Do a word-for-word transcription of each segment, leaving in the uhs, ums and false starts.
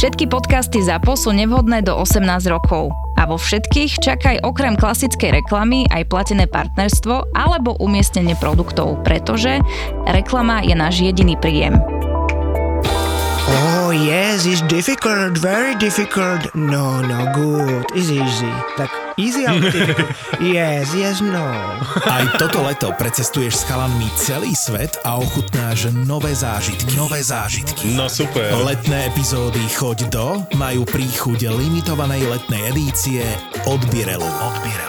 Všetky podcasty ZAPO sú nevhodné do osemnásť rokov. A vo všetkých čakaj okrem klasickej reklamy aj platené partnerstvo alebo umiestnenie produktov, pretože reklama je náš jediný príjem. Oh yes, it's difficult, very difficult. No, no, good, it's easy. Tak easy alebo difficult? Yes, yes, no. Aj toto leto precestuješ s chalanmi celý svet a ochutnáš nové zážitky. Nové zážitky. No super. Letné epizódy Choď do majú príchuť limitovanej letnej edície od Birelu. Od Birelu.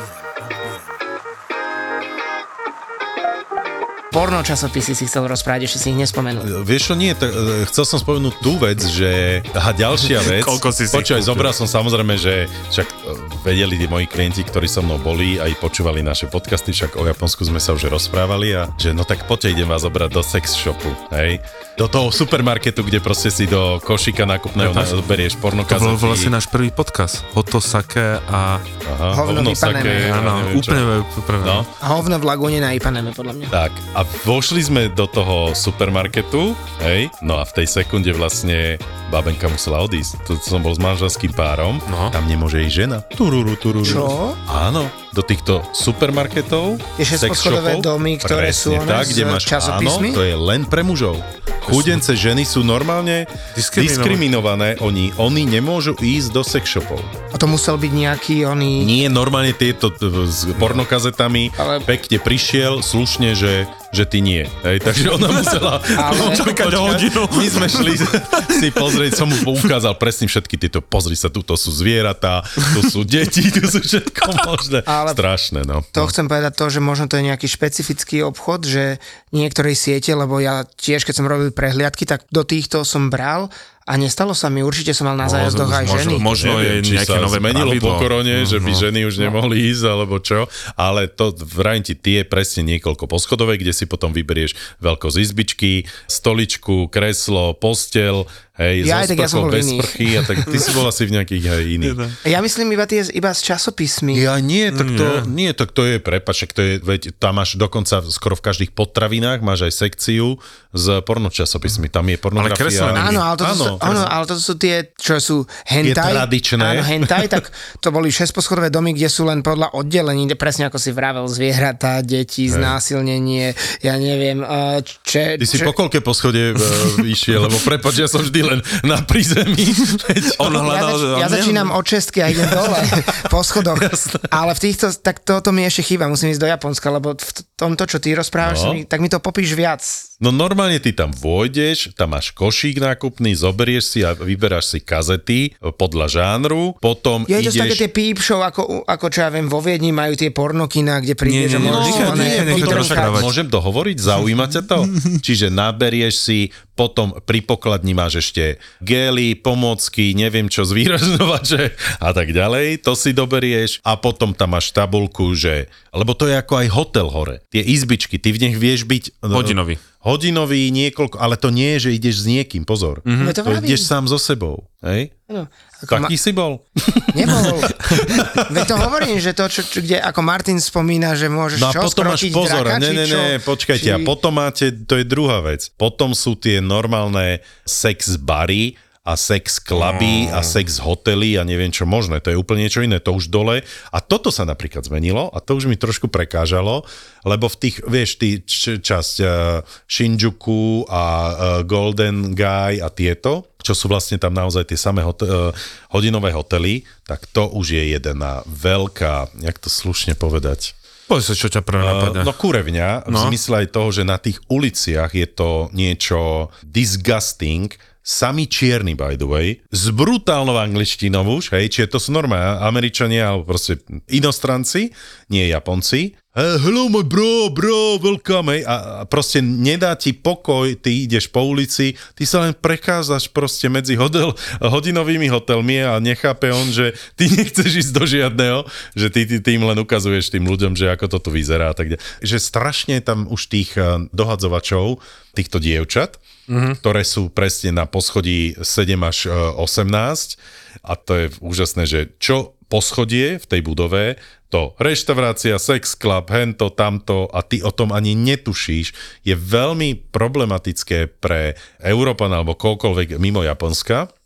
Porno časopisy si chcel rozprávať, ešte si ich nespomenul. Vieš čo, nie, t- chcel som spomenúť tú vec, že a ďalšia vec, počúvaj, zobral som samozrejme, že však vedeli tí moji klienti, ktorí so mnou boli, aj počúvali naše podcasty, však o Japonsku sme sa už rozprávali a že no tak poďte, idem vás zobrať do sex shopu, hej, do toho supermarketu, kde proste si do košíka nákupného ja, berieš pornokazety. To bol vlastne náš prvý podcast, Hoto Sake a Aha, hovno sake. Áno, úplne prvý. No. A hovno v Lagune na Ipaneme, podľa mňa. Tak, a vošli sme do toho supermarketu, hej, no a v tej sekunde vlastne babenka musela odísť. To som bol s manželským párom, no. Tam nemôže ísť žena. Tururu, tururu. Čo? Áno, do týchto supermarketov, je šesťposchodové domy, ktoré sú one tak, kde máš, časopismy? Áno, to je len pre mužov. Chudence ženy sú normálne diskriminované, oni, oni nemôžu ísť do sex shopov. A to musel byť nejaký oný... Nie, normálne tieto s pornokazetami, ale... pekne prišiel, slušne, že, že ty nie. Hej, takže ona musela ale... čakať hodinu. My sme šli si pozrieť, som mu ukázal presne všetky tieto, pozri sa, tu sú zvieratá, tu sú deti, tu sú všetko možné. Ale strašné, no. To chcem povedať to, že možno to je nejaký špecifický obchod, že niektorej siete, lebo ja tiež, keď som robil prehliadky, tak do týchto som bral a nestalo sa mi, určite som mal na zájazdoch aj ženy. Možno, možno neviem, je nejaké nové zmenilo pravidlo. po korone, uh-huh. že by ženy už nemohli ísť, alebo čo, ale to vrajím ti, tie presne niekoľko poschodové, kde si potom vyberieš veľkosť izbičky, stoličku, kreslo, posteľ, hej, ja, so sprchou, bez sprchy, a tak ty si bol asi v nejakých aj iných. Ja myslím iba tie iba s časopismi. Ja nie, tak to, mm, nie, tak to je, prepáč, to je, veď tam máš dokonca skoro v každých potravinách, máš aj sekciu s pornočasopismi, tam je pornografia. Ale áno, ale toto sú, áno, ale toto sú tie, čo sú hentai. Je tradičné. Áno, hentai, tak to boli šesťposchodové domy, kde sú len podľa oddelení, presne ako si vravel, zvieratá, deti, hey. Znásilnenie, ja neviem, če... Ty si če... po koľké poschode išiel, lebo prepáč, ja som vždy len na prízemí. On hľadal, ja, zač- ja začínam od šestky a idem dole po schodoch, ale v týchto, tak toto mi ešte chýba, musím ísť do Japonska, lebo v tomto, čo ty rozprávaš, no. mi, tak mi to popíš viac. No normálne ty tam vôjdeš, tam máš košík nákupný, zoberieš si a vyberáš si kazety podľa žánru, potom je ideš... Je to také tie peep show, ako, ako čo ja viem, vo Viedni majú tie pornokina, kde prídeš a môžeš... No, nie, nie, nie, môžem dohovoriť? Zaujíma ťa to? Čiže naberieš si, potom pri pokladni máš ešte gély, pomôcky, neviem čo, zvýrazňovače a tak ďalej, to si doberieš a potom tam máš tabulku, že... Lebo to je ako aj hotel hore. Tie izbičky, ty v nich vieš byť... Hodinový. Hodinový, niekoľko, ale to nie je, že ideš s niekým, pozor. Mm-hmm. To, to ideš sám so sebou, hej? No, taký ma... si bol? Nebol. Veď to hovorím, že to, čo, čo, kde ako Martin spomína, že môžeš no čo, potom máš pozor, draka, ne, ne, ne, počkajte, či... a potom máte, to je druhá vec, potom sú tie normálne sex bary, a sex kluby a sex hotely a neviem čo možné, to je úplne niečo iné, to už dole a toto sa napríklad zmenilo a to už mi trošku prekážalo, lebo v tých, vieš, tý č- časť uh, Shinjuku a uh, Golden Guy a tieto, čo sú vlastne tam naozaj tie samé hotel, uh, hodinové hotely, tak to už je jedna veľká, jak to slušne povedať, Povedz sa, čo ťa prvé napadne. Uh, no kurevňa, no. V zmysle aj toho, že na tých uliciach je to niečo disgusting, sami čierni, by the way, s brutálnou angličtinou už, hej, čiže to sú normálne Američania, alebo proste inostranci, nie Japonci. Hey, hello my bro, bro, welcome, hej, a proste nedá ti pokoj, ty ideš po ulici, ty sa len prekázaš proste medzi hodel, hodinovými hotelmi a nechápe on, že ty nechceš ísť do žiadneho, že ty, ty tým len ukazuješ tým ľuďom, že ako to tu vyzerá a tak ďalej. Že strašne tam už tých dohadzovačov, týchto dievčat, mm-hmm. ktoré sú presne na poschodí sedem až osemnásť a to je úžasné, že čo poschodie v tej budove, to reštaurácia, sex club, hento, tamto a ty o tom ani netušíš, je veľmi problematické pre Európan alebo koľkoľvek mimo Japonska,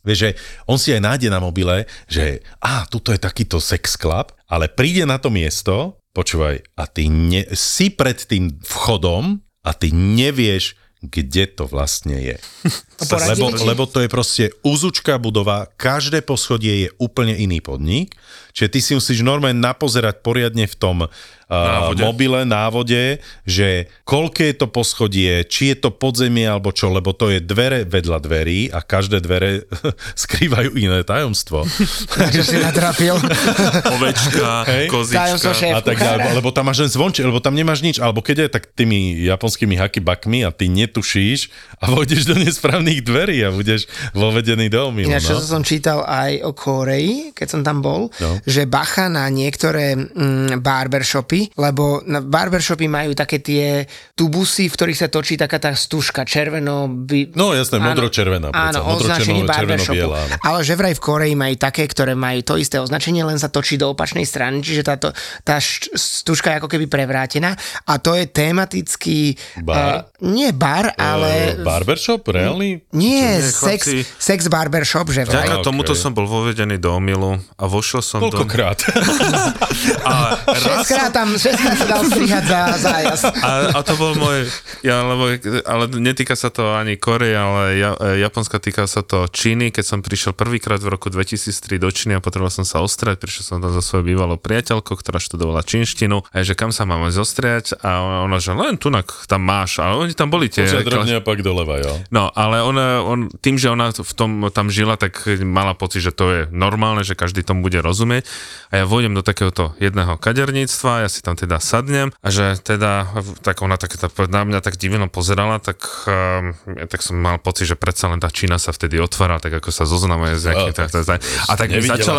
Vieš, že on si aj nájde na mobile, že á, tuto je takýto sex club, ale príde na to miesto, počúvaj, a ty ne, si pred tým vchodom a ty nevieš, kde to vlastne je. Lebo, lebo to je proste úzučká budova, každé poschodie je úplne iný podnik, čiže ty si musíš normálne napozerať poriadne v tom uh, mobile, návode, že koľké je to poschodie, či je to podzemie alebo čo, lebo to je dvere vedľa dverí a každé dvere skrývajú iné tajomstvo. Takže si natrafil. Ovečka, kozička. A tak, lebo tam máš len zvonček, lebo tam nemáš nič, alebo keď je tak tými japonskými hakibakmi a ty netušíš a vojdeš do nesprávnych dverí a budeš vovedený do omylu. Ináč, čo no? som čítal aj o Kóreji, keď som tam bol, no. že bacha na niektoré mm, barbershopy, lebo na barbershopy majú také tie tubusy, v ktorých sa točí taká tá stužka, červeno... By... No jasné, modro-červená. Áno, označenie barbershopu. Ale že vraj v Kóreji majú také, ktoré majú to isté označenie, len sa točí do opačnej strany, čiže táto, tá stužka je ako keby prevrátená a to je tematický... Bar? Uh, nie bar, ale... Uh, barbershop? Reálny? Nie, sex, sex barbershop, že vraj. Vďaka tomuto som bol vovedený do omylu a vošiel som do... Koľkokrát? Šesťkrát tam, šesťkrát sa dal strihať za zájazd. A, a to bol môj... Ja, lebo, ale netýka sa to ani Korei, ale ja, Japonska, týka sa to Číny. Keď som prišiel prvýkrát v roku dvetisíctri do Číny a potreboval som sa ostriať, prišiel som tam za svojou bývalou priateľkou, ktorá študovala čínštinu. A že kam sa máme zostriať? A ona, že len tunak tam máš. A oni tam boli tie... Drobne a pak doleva, jo. No, ale ona, on, tým, že ona v tom tam žila, tak mala pocit, že to je normálne, že každý tomu bude rozumieť. A ja vôjdem do takéhoto jedného kaderníctva, ja si tam teda sadnem a že teda, tak ona tak, na mňa tak divno pozerala, tak, um, tak som mal pocit, že predsa len tá Čína sa vtedy otvára, tak ako sa zoznamuje z nejakým... Tak, tak, tak, a tak začala...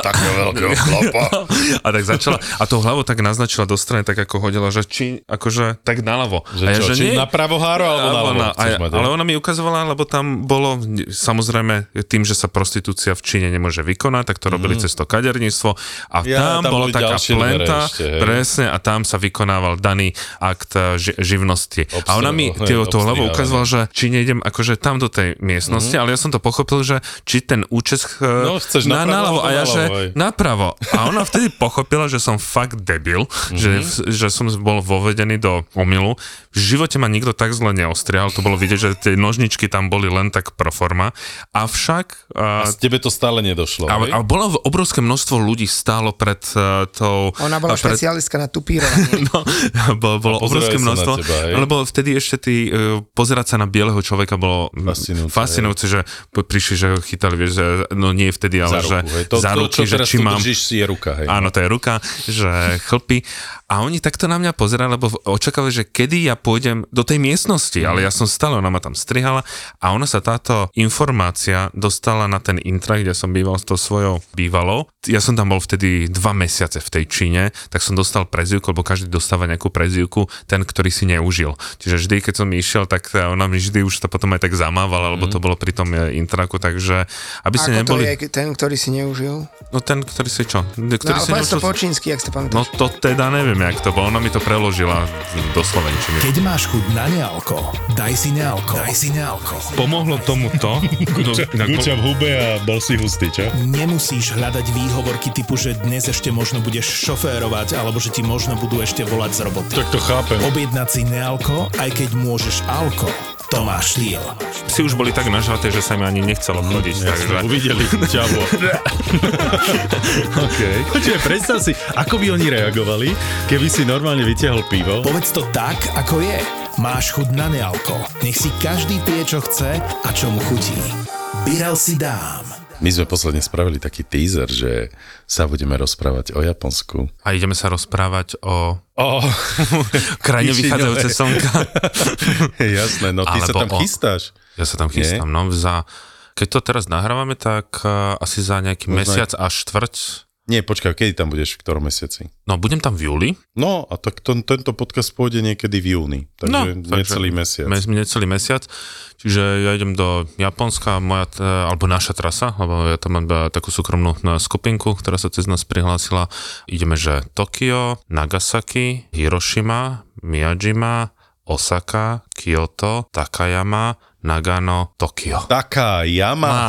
a tak začala, a tou hlavou tak naznačila do strany, tak ako hodila, že či, akože tak naľavo. Že čo, ja, že či nie, na pravo háro, alebo naľavo? Na, ja, ale ona mi ukazovala, lebo tam bolo, samozrejme, tým, že sa prostitúcia v Číne nemôže vykonať, tak to robili mm. cez to kaderníctvo a ja, tam, tam bola taká plenta, ešte, presne, a tam sa vykonával daný akt ži- živnosti. Obstav, a ona mi tou hlavou ukazovala, že či nejdem akože tam do tej miestnosti, mm. ale ja som to pochopil, že či ten účes no, na, naľavo a ja, že napravo. A ona vtedy pochopila, že som fakt debil, mm-hmm. že, že som bol vovedený do omylu. V živote ma nikto tak zle neostrial, to bolo vidieť, že tie nožničky tam boli len tak pro forma, avšak... A z tebe to stále nedošlo, a, a bolo obrovské množstvo ľudí stálo pred uh, tou... Ona bola pred... špecialistka na tupírovanie. No, bolo, bolo obrovské množstvo, teba, lebo vtedy ešte tí, uh, pozerať sa na bieleho človeka bolo fascinujúce, fascinujúce že prišli, že ho chytali, vieš, že no nie vtedy, ale za že ruku, to, za to, ruky, čo že či mám... držíš, si je ruka, hej. Áno, to je ruka, že chlpy. A oni takto na mňa pozerali, lebo očakávali, že kedy ja pôjdem do tej miestnosti, mm. ale ja som stále, ona ma tam strihala a ona sa táto informácia dostala na ten intra, kde som býval s tou svojou bývalou. Ja som tam bol vtedy dva mesiace v tej Číne, tak som dostal prezývku, lebo každý dostáva nejakú prezývku, ten, ktorý si neužil. Čiže vždy, keď som išiel, tak ona mi vždy už to potom aj tak zamávala, lebo mm. to bolo pri tom intraku, takže aby ste neboli... Ako to je ten, ktorý si neužil? No ten, ktorý si čo? Ktorý no, si neužil... to po čínsky, jak ste pamätáš. No to teda neviem, jak to bolo, ona mi to preložila do slovenčiny. Keď máš chuť na nealko, daj si nealko. Daj si nealko. Pomohlo tomu to? Guča v hube a bol si hustý, čo? Nemusíš hľadať výhovorky typu, že dnes ešte možno budeš šoférovať, alebo že ti možno budú ešte volať z roboty. Tak to chápem. Objednať si nealko, aj keď môžeš alko. To máš štýl. Psi už boli tak nažraté, že sa mi ani nechcelo chodiť. Mm, takže... Uvideli ťavo. Okay. Počuaj, predstav si, ako by oni reagovali, keby si normálne vytiahol pivo. Povedz to tak, ako je. Máš chuť na nealko. Nech si každý pije, čo chce a čo mu chutí. Birel si dám. My sme posledne spravili taký teaser, že sa budeme rozprávať o Japonsku. A ideme sa rozprávať o... O... krajine vychádzajúce slnka. Jasné, no ty Alebo sa tam o... chystáš. Ja sa tam chystám, Nie? no za... Keď to teraz nahrávame, tak uh, asi za nejaký Možno mesiac aj... až štvrť. Nie, počkaj, kedy tam budeš, v ktorom mesiaci? No, budem tam v júli. No, a tak to, tento podcast pôjde niekedy v júni, takže no, necelý mesiac. Necelý mesiac, čiže ja idem do Japonska, moja, alebo naša trasa, lebo ja tam mám takú súkromnú skupinku, ktorá sa cez nás prihlásila. Ideme, že Tokio, Nagasaki, Hirošima, Miyajima, Osaka, Kyoto, Takayama, Nagano, Tokio. Takayama.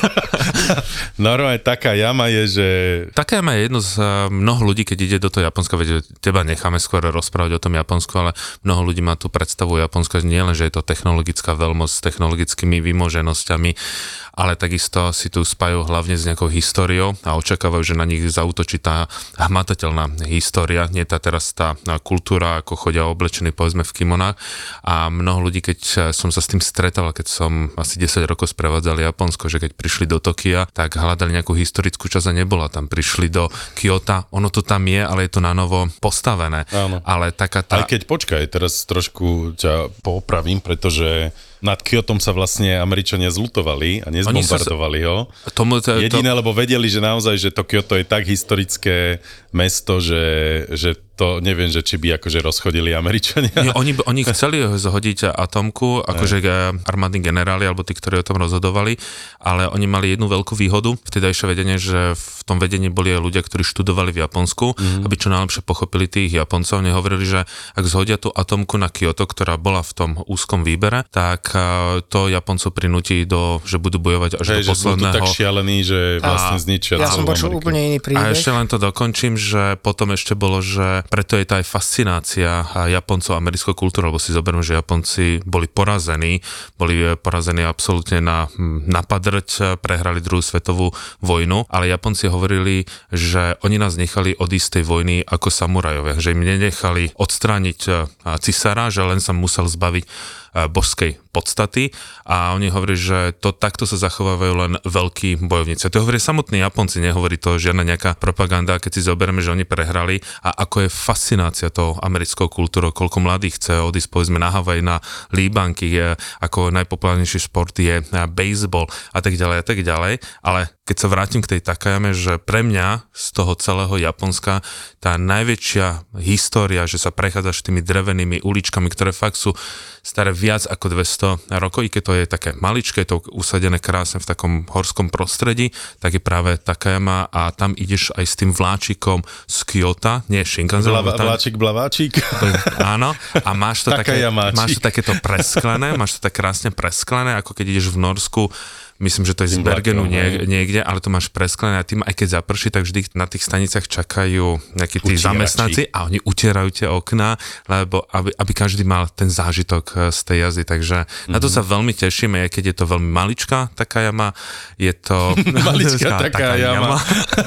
Normálne Takayama je, že... Takayama je jedno z uh, mnoho ľudí, keď ide do toho Japonska, veď teba necháme skôr rozprávať o tom Japonsku, ale mnoho ľudí má tú predstavu Japonska, nie len, že je to technologická veľmoc s technologickými vymoženosťami, ale takisto si tu spájajú hlavne s nejakou históriou a očakávajú, že na nich zaútočí tá hmatateľná história, nie tá teraz tá kultúra, ako chodia oblečení povedzme v kimonách. A mnoho ľudí, keď som sa s tým stretal, keď som asi desať rokov sprevádzal Japonsko, že keď prišli do Tokia, tak hľadali nejakú historickú časť a nebola tam. Prišli do Kyoto, ono to tam je, ale je to na novo postavené. Áno. Ale taká tá... Aj keď počkaj, teraz trošku ťa popravím, pretože nad Kyotom sa vlastne Američania zlutovali a nezbombardovali ho. Tomu to, Jediné, to... lebo vedeli, že naozaj, že to Kyoto je tak historické mesto, že, že to neviem, že či by akože rozchodili Američania. Nie, oni, oni chceli zhodiť atomku, akože armádni generáli, alebo tí, ktorí o tom rozhodovali, ale oni mali jednu veľkú výhodu, vtedajšie vedenie, že v tom vedení boli aj ľudia, ktorí študovali v Japonsku, mm-hmm. aby čo najlepšie pochopili tých Japoncov. Oni hovorili, že ak zhodia tú atomku na Kyoto, ktorá bola v tom úzkom výbere, tak to Japoncov prinúti do, že budú bojovať až Hej, do posledného. Že budú tak šialení, že vlastne zničia. Ja som počul úplne iný príbeh. A ešte len to dokončím, že potom ešte bolo, že preto je tá aj fascinácia Japoncov americkou kultúrou, lebo si zoberme, že Japonci boli porazení, boli porazení absolútne na napadrť, prehrali druhú svetovú vojnu, ale Japonci hovorili, že oni nás nechali odísť tej vojny ako samurajovia, že im nenechali odstrániť cisára, že len sa musel zbaviť božskej podstaty a oni hovorí, že to takto sa zachovávajú len veľkí bojovníci. To hovorí samotní Japonci, nehovorí to žiadna nejaká propaganda, keď si zoberieme, že oni prehrali a ako je fascinácia tou americkou kultúrou, koľko mladých chce odísť povedzme na Havaj, na líbanky, ako najpopulárnejší šport je baseball a tak ďalej a tak ďalej, ale keď sa vrátim k tej Takayame, že pre mňa z toho celého Japonska tá najväčšia história, že sa prechádzaš tými drevenými uličkami, ktoré fakt sú staré viac ako dvesto rokov, i keď to je také maličké, je to usadené krásne v takom horskom prostredí, tak je práve Takayama a tam ideš aj s tým vláčikom z Kyoto, nie Shinkansen. Blava, tam, vláčik, blaváčik. Áno, a máš to, také, máš to takéto presklené, máš to tak krásne presklené, ako keď ideš v Norsku, myslím, že to je z Bergenu nie, niekde, ale to máš presklené a tým aj keď zaprší, tak vždy na tých stanicách čakajú nejakí tí zamestnanci a oni utierajú tie okná, lebo aby, aby každý mal ten zážitok z tej jazdy, takže mm-hmm. na to sa veľmi tešíme, aj keď je to veľmi maličká taká jama, je to... maličká taká jama.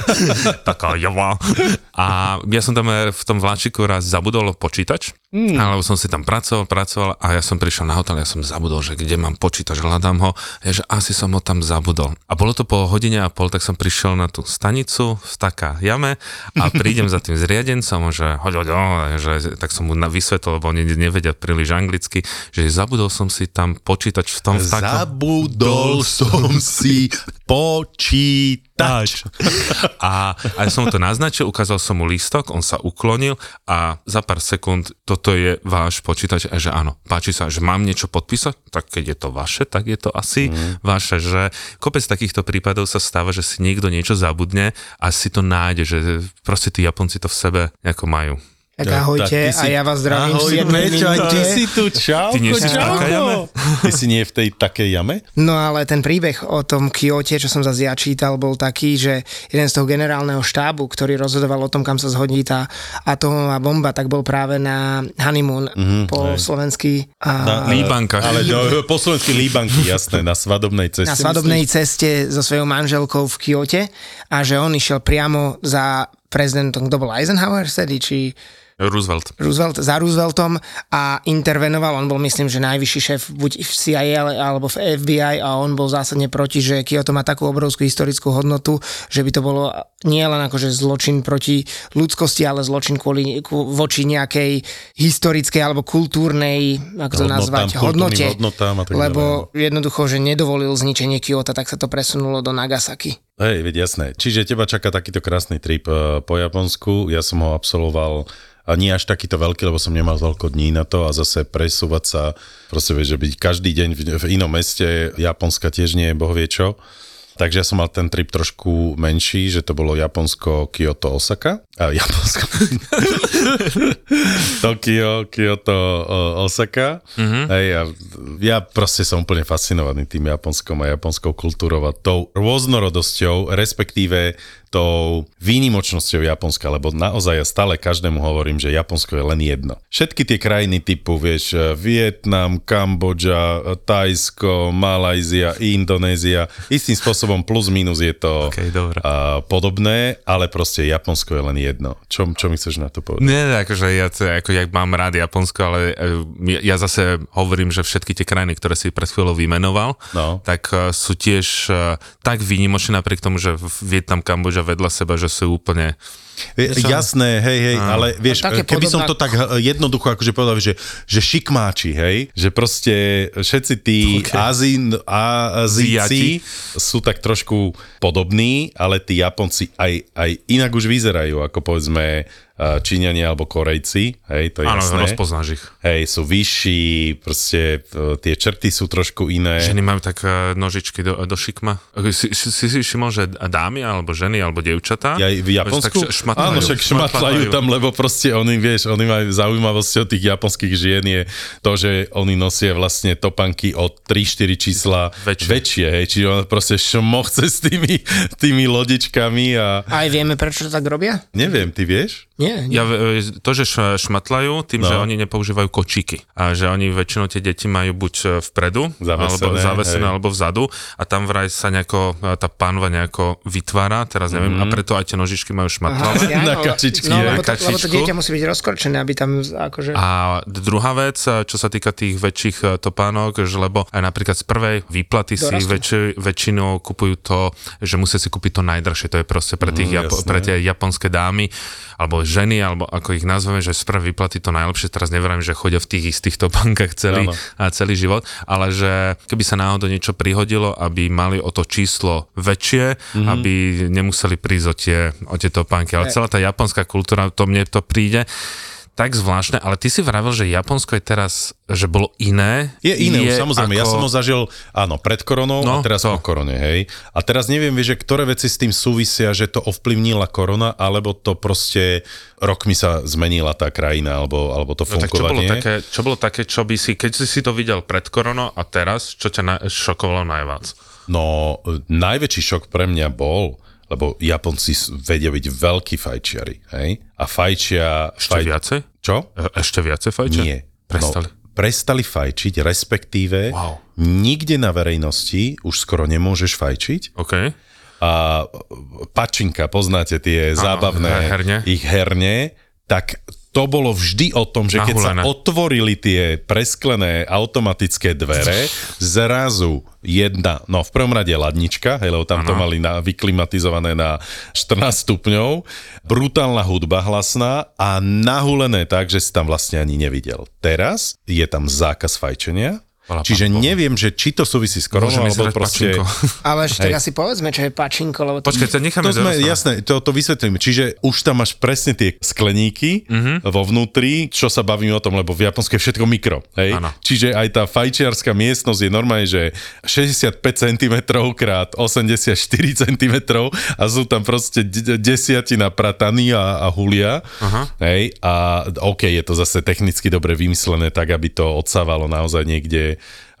Taká jama. A ja som tam v tom vláčiku raz zabudol počítač, mm. alebo som si tam pracoval, pracoval a ja som prišiel na hotel, ja som zabudol, že kde mám počítač, hľadám ho, ja, že asi som ho tam zabudol. A bolo to po hodine a pol, tak som prišiel na tú stanicu v taká jame a prídem za tým zriadencom, že hoď, hoď, že tak som mu vysvetlil, lebo oni nevedia príliš anglicky, že zabudol som si tam počítač v tom v takom... Zabudol som si počítač. A, a ja som mu to naznačil, ukázal som mu lístok, on sa uklonil a za pár sekúnd toto je váš počítač a že áno, páči sa, že mám niečo podpísať, tak keď je to vaše, tak je to asi mm. vaše, že kopec takýchto prípadov sa stáva, že si niekto niečo zabudne a si to nájde, že proste tí Japonci to v sebe nejako majú. Tak ahojte tak si, a ja vás zdravím. Ahoj, Peťo, ty si tu, čauko, ty nie si čauko. Ty si nie v tej takej jame? No ale ten príbeh o tom Kyote, čo som zase ja čítal, bol taký, že jeden z toho generálneho štábu, ktorý rozhodoval o tom, kam sa zhodí tá atómová bomba, tak bol práve na honeymoon mm-hmm, po aj. slovensky... A... Na líbankách. Ale no, po slovensky líbanky, jasné, na svadobnej ceste. Na svadobnej myslíš? ceste so svojou manželkou v Kyote a že on išiel priamo za prezidentom, kto bol Eisenhower sedy, či... Roosevelt. Roosevelt, za Rooseveltom a intervenoval, on bol myslím, že najvyšší šéf buď v C I A alebo v F B I a on bol zásadne proti, že Kyoto má takú obrovskú historickú hodnotu, že by to bolo nie len akože zločin proti ľudskosti, ale zločin kvôli, voči nejakej historickej alebo kultúrnej, ako to hodnotám, nazvať, hodnote, hodnotám a tak lebo ďalej. Jednoducho, že nedovolil zničenie Kyoto, tak sa to presunulo do Nagasaki. Hej, veď jasné. Čiže teba čaká takýto krásny trip po Japonsku, ja som ho absolvoval a nie až takýto veľký, lebo som nemal toľko dní na to a zase presúvať sa, proste vieš, že byť každý deň v, v inom meste, Japonska tiež nie je bohvie čo. Takže ja som mal ten trip trošku menší, že to bolo Japonsko, Kyoto, Osaka. A Japonsko. Tokio, Kyoto, Osaka. Mm-hmm. Hej, ja, ja proste som úplne fascinovaný tým Japonskom a japonskou kultúrou a tou rôznorodosťou, respektíve tou výnimočnosťou Japonska, lebo naozaj ja stále každému hovorím, že Japonsko je len jedno. Všetky tie krajiny typu, vieš, Vietnam, Kambodža, Thajsko, Malajzia, Indonézia, istým spôsobom plus minus je to okay, uh, podobné, ale proste Japonsko je len jedno. Čo, čo mi chceš na to povedať? Nie, akože ja, ako, ja mám rád Japonsko, ale ja zase hovorím, že všetky tie krajiny, ktoré si pred chvíľou vymenoval, no. tak uh, sú tiež uh, tak výnimočné napriek tomu, že Vietnam, Kambodža vedľa seba, že sú úplne... Jasné, hej, hej, a, ale vieš, keby podobná... som to tak jednoducho akože povedal, že, že šikmáči, hej, že proste všetci tí okay. Azín, Azíci sú tak trošku podobní, ale tí Japonci aj, aj inak už vyzerajú, ako povedzme Číňania alebo Korejci, hej, to je áno, jasné. Áno, rozpoznáš ich. Hej, sú vyšší, proste tie črty sú trošku iné. Ženy majú tak nožičky do, do šikma. Si si, si všimol, že dámy, alebo ženy, alebo dievčatá? Ja, v Japonsku? Tak šmatlajú, áno, však šmatlajú tam, lebo proste oni, vieš, oni majú zaujímavosť od tých japonských žien je to, že oni nosia vlastne topanky o tri štyri čísla väčšie, väčšie hej, čiže on proste šmochce s tými, tými lodičkami a... Aj vieme, prečo to tak robia? Neviem, ty vieš? Nie, nie. Ja, to, že šmatlajú, tým, no. že oni nepoužívajú kočíky. A že oni väčšinou tie deti majú buď vpredu, zavesené, alebo, zavesené alebo vzadu. A tam vraj sa nejako, tá pánva nejako vytvára, teraz neviem, mm-hmm. a preto aj tie nožičky majú šmatlavé. Na kačičky. No, lebo to, lebo to dieťa musí byť rozkorčené, aby tam akože... A druhá vec, čo sa týka tých väčších topánok, že lebo aj napríklad z prvej výplaty si väč, väčšinou kupujú to, že musia si kúpiť to najdražšie. To je proste pre, tých, mm, Japo- pre tie japonské dámy, alebo ženy, alebo ako ich nazveme, že z prvej výplaty to najlepšie. Teraz neverím, že chodia v tých istých topánkach celý, a celý život, ale že keby sa náhodou niečo prihodilo, aby mali o to číslo väčšie, mm-hmm. aby nemuseli prísť o tie, o tie topánky. Ale celá tá japonská kultúra, to mne to príde tak zvláštne, ale ty si vravel, že Japonsko je teraz, že bolo iné. Je iné, je samozrejme. Ako... Ja som ho zažil, áno, pred koronou no, a teraz to. po korone, hej. A teraz neviem, vieš, že ktoré veci s tým súvisia, že to ovplyvnila korona, alebo to proste rokmi sa zmenila tá krajina, alebo, alebo to fungovanie. No, tak čo bolo také, čo bolo také, čo by si, keď si si to videl pred koronou a teraz, čo ťa na, šokovalo najviac? No, najväčší šok pre mňa bol, lebo Japonci vedia byť veľkí fajčiari, hej? A fajčia... Ešte faj... viacej? Čo? E- ešte viacej fajčia? Nie. Prestali? No, prestali fajčiť, respektíve wow. nikde na verejnosti už skoro nemôžeš fajčiť. OK. A pačinka, poznáte tie ano, zábavné herne. ich herne, tak... To bolo vždy o tom, že keď Nahulené. sa otvorili tie presklené automatické dvere, zrazu jedna, no v prvom rade ladnička, hej, lebo tam ano. to mali na, vyklimatizované na štrnásť stupňov, brutálna hudba hlasná a nahulené tak, že si tam vlastne ani nevidel. Teraz je tam zákaz fajčenia, Hvala, čiže neviem, že či to súvisí s koronou, alebo proste... Pačinko. Ale ešte tak asi povedzme, čo je pačinko, lebo... Počkaj, to necháme to sme, jasné, to, to vysvetlím. Čiže už tam máš presne tie skleníky mm-hmm. vo vnútri, čo sa bavíme o tom, lebo v Japonsku je všetko mikro, hej? Ano. Čiže aj tá fajčiarská miestnosť je normálne, že šesťdesiatpäť centimetrov krát osemdesiatštyri centimetrov a sú tam proste desiatina pratany a, a hulia, Aha. hej? A OK, je to zase technicky dobre vymyslené tak, aby to odsávalo naozaj niekde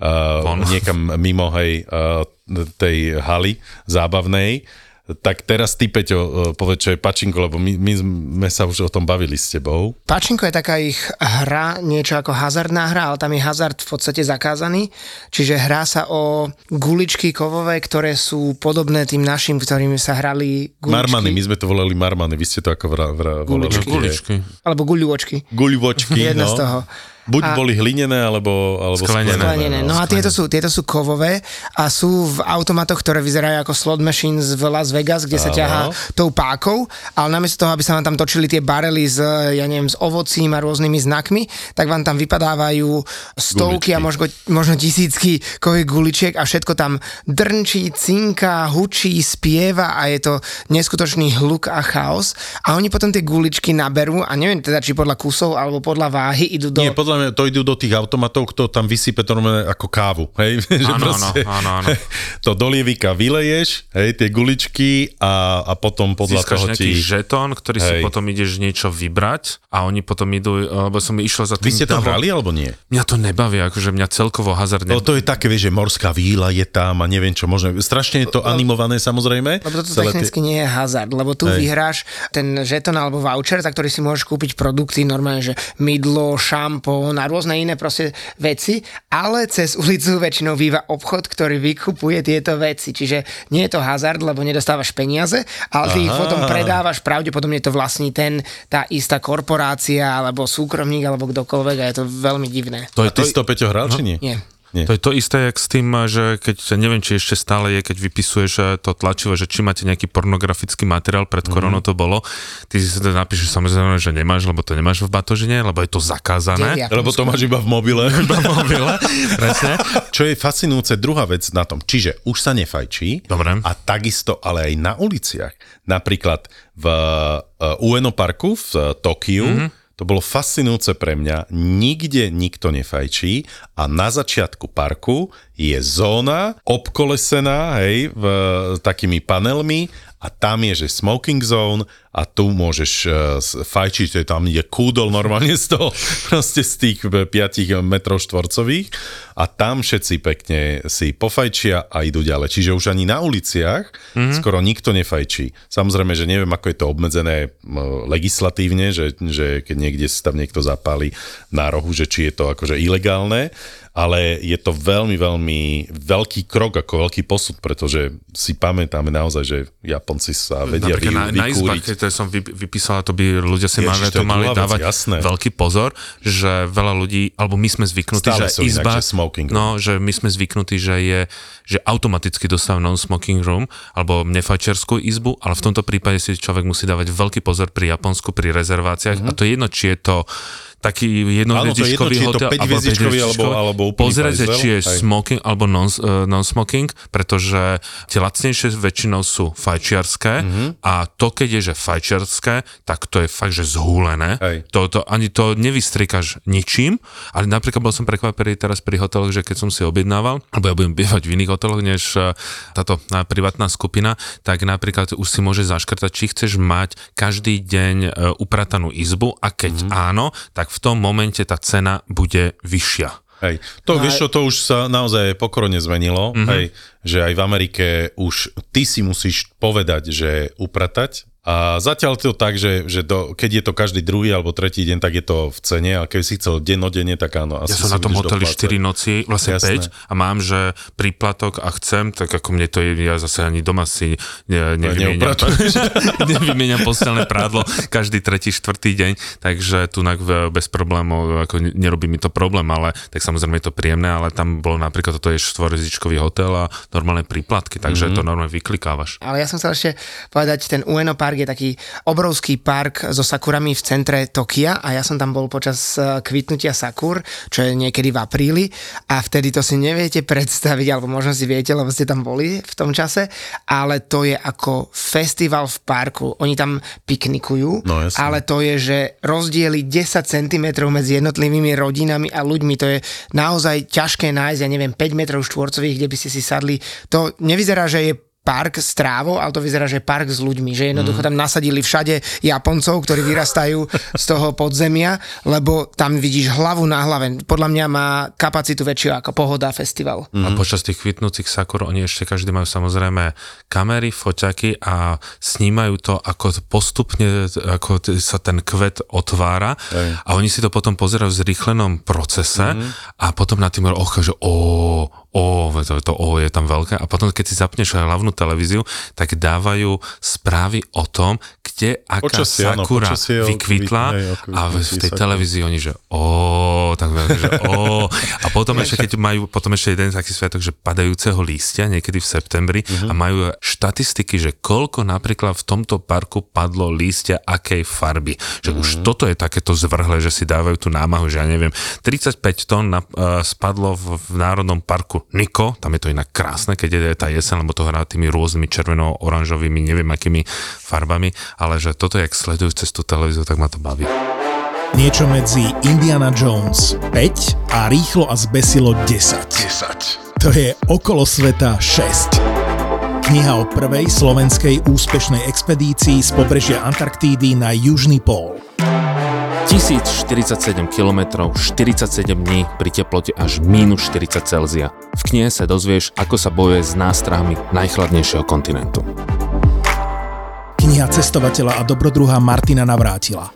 Uh, niekam mimo hej, uh, tej haly zábavnej. Tak teraz ty, Peťo, povedz, čo je pačinko, lebo my, my sme sa už o tom bavili s tebou. Pačinko je taká ich hra, niečo ako hazardná hra, ale tam je hazard v podstate zakázaný. Čiže hrá sa o guličky kovové, ktoré sú podobné tým našim, ktorými sa hrali guličky. Marmany, my sme to volali marmany, vy ste to ako vra, vra, guličky. guličky. Alebo guľôčky. Guľôčky, Jedno no. z toho. Buď a boli hlinené, alebo, alebo sklenené. sklenené. No a tieto sú, tieto sú kovové a sú v automatoch, ktoré vyzerajú ako slot machines v Las Vegas, kde sa ťahá tou pákou, ale namiesto toho, aby sa vám tam točili tie barely s, ja neviem, s ovocím a rôznymi znakmi, tak vám tam vypadávajú stovky guličky. a možno, možno tisícky kových guličiek a všetko tam drnčí, cinká, hučí, spieva a je to neskutočný hluk a chaos. A oni potom tie guličky naberú a neviem teda, či podľa kusov alebo podľa váhy idú do... Nie, podľa mňa normálne, to idú do tých automatov, kto tam vysype to normálne ako kávu, hej? Že Áno, proste, áno, áno, áno. To do lievika vyleješ, hej, tie guličky a, a potom podľa získaš toho nejaký ti... žetón, ktorý hej. si potom ideš niečo vybrať a oni potom idú, lebo som išiel za tým... Vy ste to davom. hrali alebo nie? Mňa to nebaví, akože mňa celkovo hazard No, nebaví. to je také, vieš, že morská víla je tam a neviem čo možno. Strašne je to animované samozrejme. Lebo toto Celé technicky tie... nie je hazard, lebo tu Hej. vyhráš ten žeton alebo voucher, za ktorý si môžeš kúpiť produkty, normálne, že mydlo, šampón a rôzne iné proste veci, ale cez ulicu väčšinou býva obchod, ktorý vykupuje tieto veci. Čiže nie je to hazard, lebo nedostávaš peniaze, ale ty ich potom predávaš, pravdepodobne to vlastní ten, tá istá korporácia, alebo súkromník, alebo kdokoľvek a je to veľmi divné. To A ty si to, Peťo, hral, či nie? Nie. Nie. To je to isté, jak s tým, že keď, neviem, či ešte stále je, keď vypisuješ to tlačivo, že či máte nejaký pornografický materiál, pred Mhm. koronou to bolo, ty si sa to napíšeš samozrejme, že nemáš, lebo to nemáš v batožine, lebo je to zakázané. Kde? Lebo to máš iba v mobile. Iba v mobile, presne. Čo je fascinujúce, druhá vec na tom, čiže už sa nefajčí. Dobre. A takisto ale aj na uliciach. Napríklad v uh, Ueno parku v uh, Tokiu, mm-hmm. to bolo fascinujúce pre mňa, nikde nikto nefajčí a na začiatku parku je zóna obkolesená, hej, v, takými panelmi a tam je, že smoking zone a tu môžeš uh, fajčiť, to je tam ide kúdol normálne z toho, proste z tých päť metrov štvorcových a tam všetci pekne si pofajčia a idú ďalej. Čiže už ani na uliciach mm-hmm. skoro nikto nefajčí. Samozrejme, že neviem, ako je to obmedzené uh, legislatívne, že, že keď niekde si tam niekto zapáli na rohu, že či je to akože ilegálne, ale je to veľmi, veľmi veľký krok, ako veľký posud, pretože si pamätáme naozaj, že Japonci sa vedia vy, na, na izbách, vykúriť. keď to som vy, vypísala, to by ľudia si Ježiš, mali, to to je mali druhá vec, dávať jasné. veľký pozor, že veľa ľudí, alebo my sme zvyknutí, Stále že sú inak, izba, že smoking room. no, že my sme zvyknutí, že je, že automaticky dostáva non-smoking room, alebo nefajčerskú izbu, ale v tomto prípade si človek musí dávať veľký pozor pri Japonsku, pri rezerváciách mm-hmm. a to je jedno, či je to taký jednohviezdičkový hotel, alebo alebo, alebo úplný pozrieť, pajzel, či je aj. smoking alebo non, uh, non-smoking, pretože tie lacnejšie väčšinou sú fajčiarské mm-hmm. a to, keď je, že fajčiarské, tak to je fakt, že zhúlené. To, to, ani to nevystrikaš ničím, ale napríklad bol som prekvapený teraz pri hoteloch, že keď som si objednával, alebo ja budem bývať v iných hoteloch, než uh, táto uh, privátna skupina, tak napríklad už si môže zaškrtať, či chceš mať každý deň uh, upratanú izbu a keď mm-hmm. áno, tak v tom momente tá cena bude vyššia. Hej. To, no, vieš čo, to už sa naozaj pokorne zmenilo, mm-hmm. hej, že aj v Amerike už ty si musíš povedať, že upratať. A zatiaľ to tak, že, že do, keď je to každý druhý alebo tretí deň, tak je to v cene, a keby si chcel dennodenne, tak áno. Asi ja som na tom hoteli doplácať. štyri noci, vlastne Jasné. päť a mám, že príplatok a chcem, tak ako mne to je, ja zase ani doma si ne, nevymieňam, nevymieňam postelné prádlo každý tretí, štvrtý deň, takže tu bez problémov, ako nerobí mi to problém, ale tak samozrejme je to príjemné, ale tam bolo napríklad, toto je štvorhviezdičkový hotel a normálne príplatky, takže mm-hmm. to normálne vyklikávaš. Ale ja som chcel ešte povedať, ten Ueno park je taký obrovský park so sakurami v centre Tokia a ja som tam bol počas kvitnutia sakur, čo je niekedy v apríli a vtedy to si neviete predstaviť, alebo možno si viete, lebo ste tam boli v tom čase, ale to je ako festival v parku. Oni tam piknikujú, no, ale to je, že rozdiely desať centimetrov medzi jednotlivými rodinami a ľuďmi, to je naozaj ťažké nájsť, ja neviem, päť metrov štvorcových, kde by ste si sadli. To nevyzerá, že je park s trávou, ale to vyzerá, že je park s ľuďmi, že jednoducho tam nasadili všade Japoncov, ktorí vyrastajú z toho podzemia, lebo tam vidíš hlavu na hlave. Podľa mňa má kapacitu väčšiu ako Pohoda festival. Mm-hmm. A počas tých kvitnúcich sakur, oni ešte každý majú samozrejme kamery, foťaky a snímajú to, ako postupne ako sa ten kvet otvára. Ej. A oni si to potom pozerajú v zrýchlenom procese mm-hmm. a potom na tým oh, že ó, ó, to, to ó je tam veľké a potom keď si zapneš hlavnú televíziu, tak dávajú správy o tom, kde aká počasie, sakura áno, vykvitla a v, v tej televízii oni, že ó, tak že ó. A potom ešte, keď majú potom ešte jeden taký sviatok, že padajúceho lístia niekedy v septembri uh-huh. a majú štatistiky, že koľko napríklad v tomto parku padlo lístia akej farby. Že uh-huh. už toto je takéto zvrhle, že si dávajú tú námahu, že ja neviem, tridsaťpäť tón na, uh, spadlo v, v Národnom parku Nikko, tam je to inak krásne, keď je tá jeseň, lebo to hrá tými rôznymi červeno-oranžovými, neviem akými farbami, ale že toto, jak sledujú cez tú televíziu, tak ma to baví. Niečo medzi Indiana Jones päť a Rýchlo a zbesilo desať. desať. To je Okolo sveta šesť. Kniha o prvej slovenskej úspešnej expedícii z pobrežia Antarktídy na južný pól. tisícštyridsaťsedem kilometrov, štyridsaťsedem dní pri teplote až mínus štyridsať Celzia. V knihe sa dozvieš, ako sa bojuje s nástrahami najchladnejšieho kontinentu. Kniha cestovateľa a dobrodruha Martina Navrátila.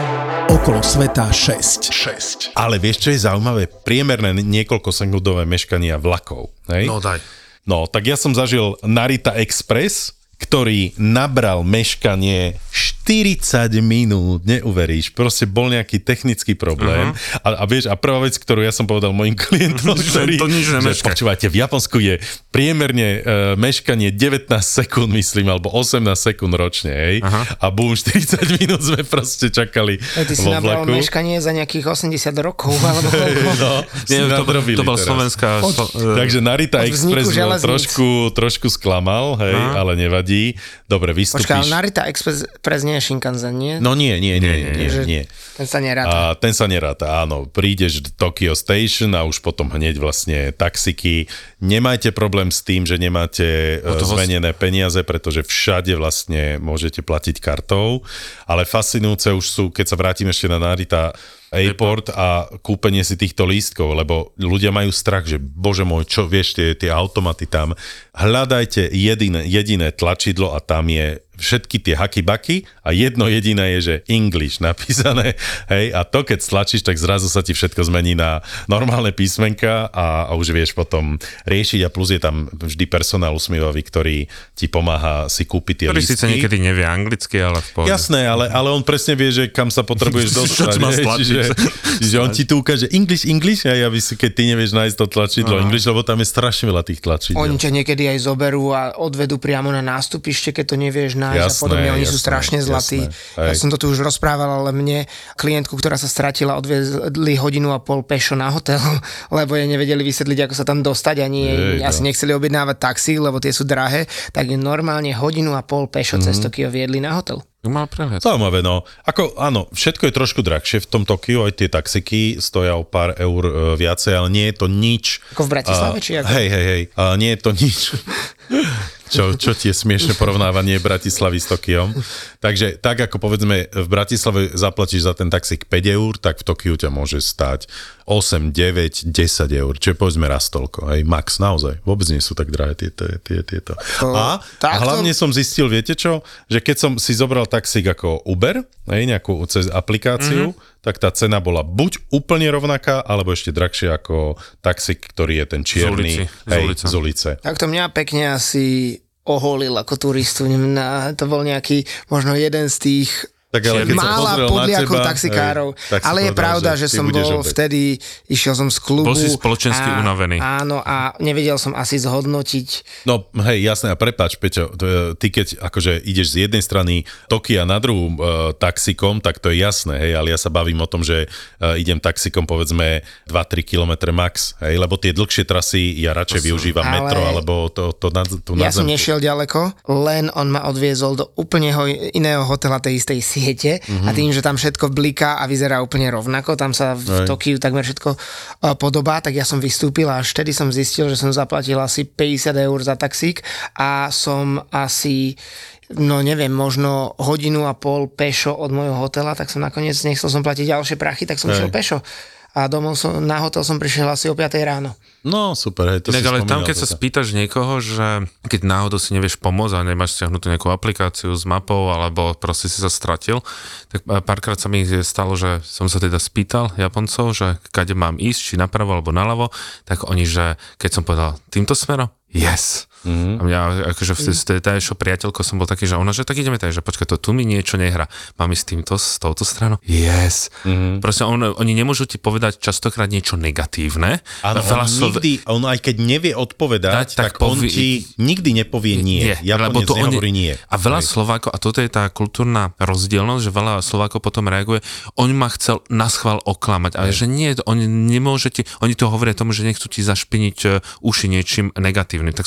Okolo sveta šesť. šesť. Ale vieš, čo je zaujímavé? Priemerné niekoľko sekundové meškania vlakov. Hej? No daj. No, tak ja som zažil Narita Express, ktorý nabral meškanie štyridsať minút, neuveríš, proste bol nejaký technický problém uh-huh. a, a vieš, a prvá vec, ktorú ja som povedal mojim klientom, ktorí, to nič že počúvajte, v Japonsku je priemerne uh, meškanie devätnásť sekúnd, myslím, alebo osemnásť sekúnd ročne, hej, uh-huh. a bum, štyridsať minút sme proste čakali Ty si vo nabral vlaku. meškanie za nejakých osemdesiat rokov, alebo koľko? No, Nie, to, to bola slovenská... Od, uh, takže Narita Express trošku, trošku klamal, hej, uh-huh. ale nevadí. Dobre, vystúpiš. Počkaj, ale Narita Express nie je Shinkansen, nie? No nie, nie, nie, nie, nie. nie. Ten sa neráta. A ten sa neráta, áno. Prídeš do Tokyo Station a už potom hneď vlastne taxiky. Nemajte problém s tým, že nemáte no zmenené peniaze, pretože všade vlastne môžete platiť kartou, ale fascinujúce už sú, keď sa vrátim ešte na Narita Airport a kúpenie si týchto lístkov, lebo ľudia majú strach, že bože môj, čo vieš, tie, tie automaty tam. Hľadajte jediné, jediné tlačidlo a tam je všetky tie haky-baky a jedno jediné je, že English napísané, hej, a to keď stlačíš, tak zrazu sa ti všetko zmení na normálne písmenka a, a už vieš potom riešiť a plus je tam vždy personál usmievavý, ktorý ti pomáha si kúpiť tie ktorý lístky. Ktorý síce niekedy nevie anglicky, ale v pohode. Jasné, ale, ale on presne vie, že kam sa potrebuješ dostať. Čiže, čiže on ti tu ukáže English, English a ja by si, keď ty nevieš nájsť to tlačidlo Aha. English, lebo tam je strašne veľa tých tlačidel. Oni ťa niekedy aj zoberú a odvedú priamo na nástupište, keď to nevieš nájsť a podobne. Oni jasné, sú strašne zlatí. Ja som to tu už rozprával, ale mne klientku, ktorá sa stratila, odviezli hodinu a pol pešo na hotel, lebo jej nevedeli vysvetliť, ako sa tam dostať, ani jej, asi nechceli objednávať taxi, lebo tie sú drahé, tak normálne hodinu a pol pešo mm. cez Tokio viedli na hotel. Mal prehľad. Zaujímavé, no. Ako, áno, všetko je trošku drahšie v tom Tokiu, aj tie taxiky stoja o pár eur e, viacej, ale nie je to nič. Ako v Bratislave, či ako? Hej, hej, hej, a nie je to nič. Čo, čo tie smiešne porovnávanie Bratislavy s Tokiom. Takže tak, ako povedzme, v Bratislave zaplatíš za ten taxík päť eur, tak v Tokiu ťa môže stáť osem, deväť, desať eur. Čiže povedzme raz toľko. Hej, max, naozaj. Vôbec nie sú tak drahé tieto. Tie, tieto. A, a hlavne som zistil, viete čo? Že keď som si zobral taxík ako Uber, hej, nejakú cez aplikáciu, mm-hmm. tak tá cena bola buď úplne rovnaká, alebo ešte drahšia ako taxík, ktorý je ten čierny. Z ulici. Hej, z ulice. z ulice. Tak to mňa pekne asi oholil ako turistu. Na, to bol nejaký, možno jeden z tých tak ale keď mála podliakov taxikárov. Hej, tak ale je povedal, pravda, že, že som bol opäť. Vtedy, išiel som z klubu. Bol si spoločensky a, unavený. Áno, a nevedel som asi zhodnotiť. No hej, jasné, a prepáč, Peťo, ty keď akože ideš z jednej strany Tokia na druhú e, taxikom, tak to je jasné, hej, ale ja sa bavím o tom, že e, idem taxikom povedzme dva tri kilometre max, hej, lebo tie dlhšie trasy ja radšej to využívam ale metro, alebo to, to, to, to ja som nešiel ďaleko, len on ma odviezol do úplne iného hotela tej istej siete. Mm-hmm. A tým, že tam všetko bliká a vyzerá úplne rovnako, tam sa v Aj. Tokiu takmer všetko uh, podobá, tak ja som vystúpil a až vtedy som zistil, že som zaplatil asi päťdesiat eur za taxík a som asi, no neviem, možno hodinu a pol pešo od môjho hotela, tak som nakoniec nechcel som platiť ďalšie prachy, tak som Aj. šiel pešo. A domov som, na hotel som prišiel asi o piatej ráno. No, super, hej, to Inak, si ale tam, keď to sa spýtaš niekoho, že keď náhodou si nevieš pomôcť a nemáš stiahnutú nejakú aplikáciu s mapou, alebo proste si sa stratil, tak párkrát sa mi stalo, že som sa teda spýtal Japoncov, že kade mám ísť, či napravo alebo naľavo, tak oni, že keď som povedal týmto smerom, yes. Mm-hmm. A mňa, akože v tej tajšou priateľko som bol taký, že ona, že tak ideme taj, že počkaj, to tu mi niečo nehra. Mám ísť týmto, s touto stranou? Yes. Mm-hmm. Proste on, oni nemôžu ti povedať častokrát niečo negatívne. Áno, on slov... nikdy, on aj keď nevie odpovedať, Dať, tak, tak povie... on ti nikdy nepovie nie. nie Japonec to nehovorí oni... nie. A veľa Slovákov, a toto je tá kultúrna rozdielnosť, že veľa Slovákov potom reaguje, on ma chcel naschvál oklamať, ale že nie, oni nemôžete, oni to hovoria tomu, že nechcú ti zašpiniť uši niečím negatívnym. Tak som sa spýtal,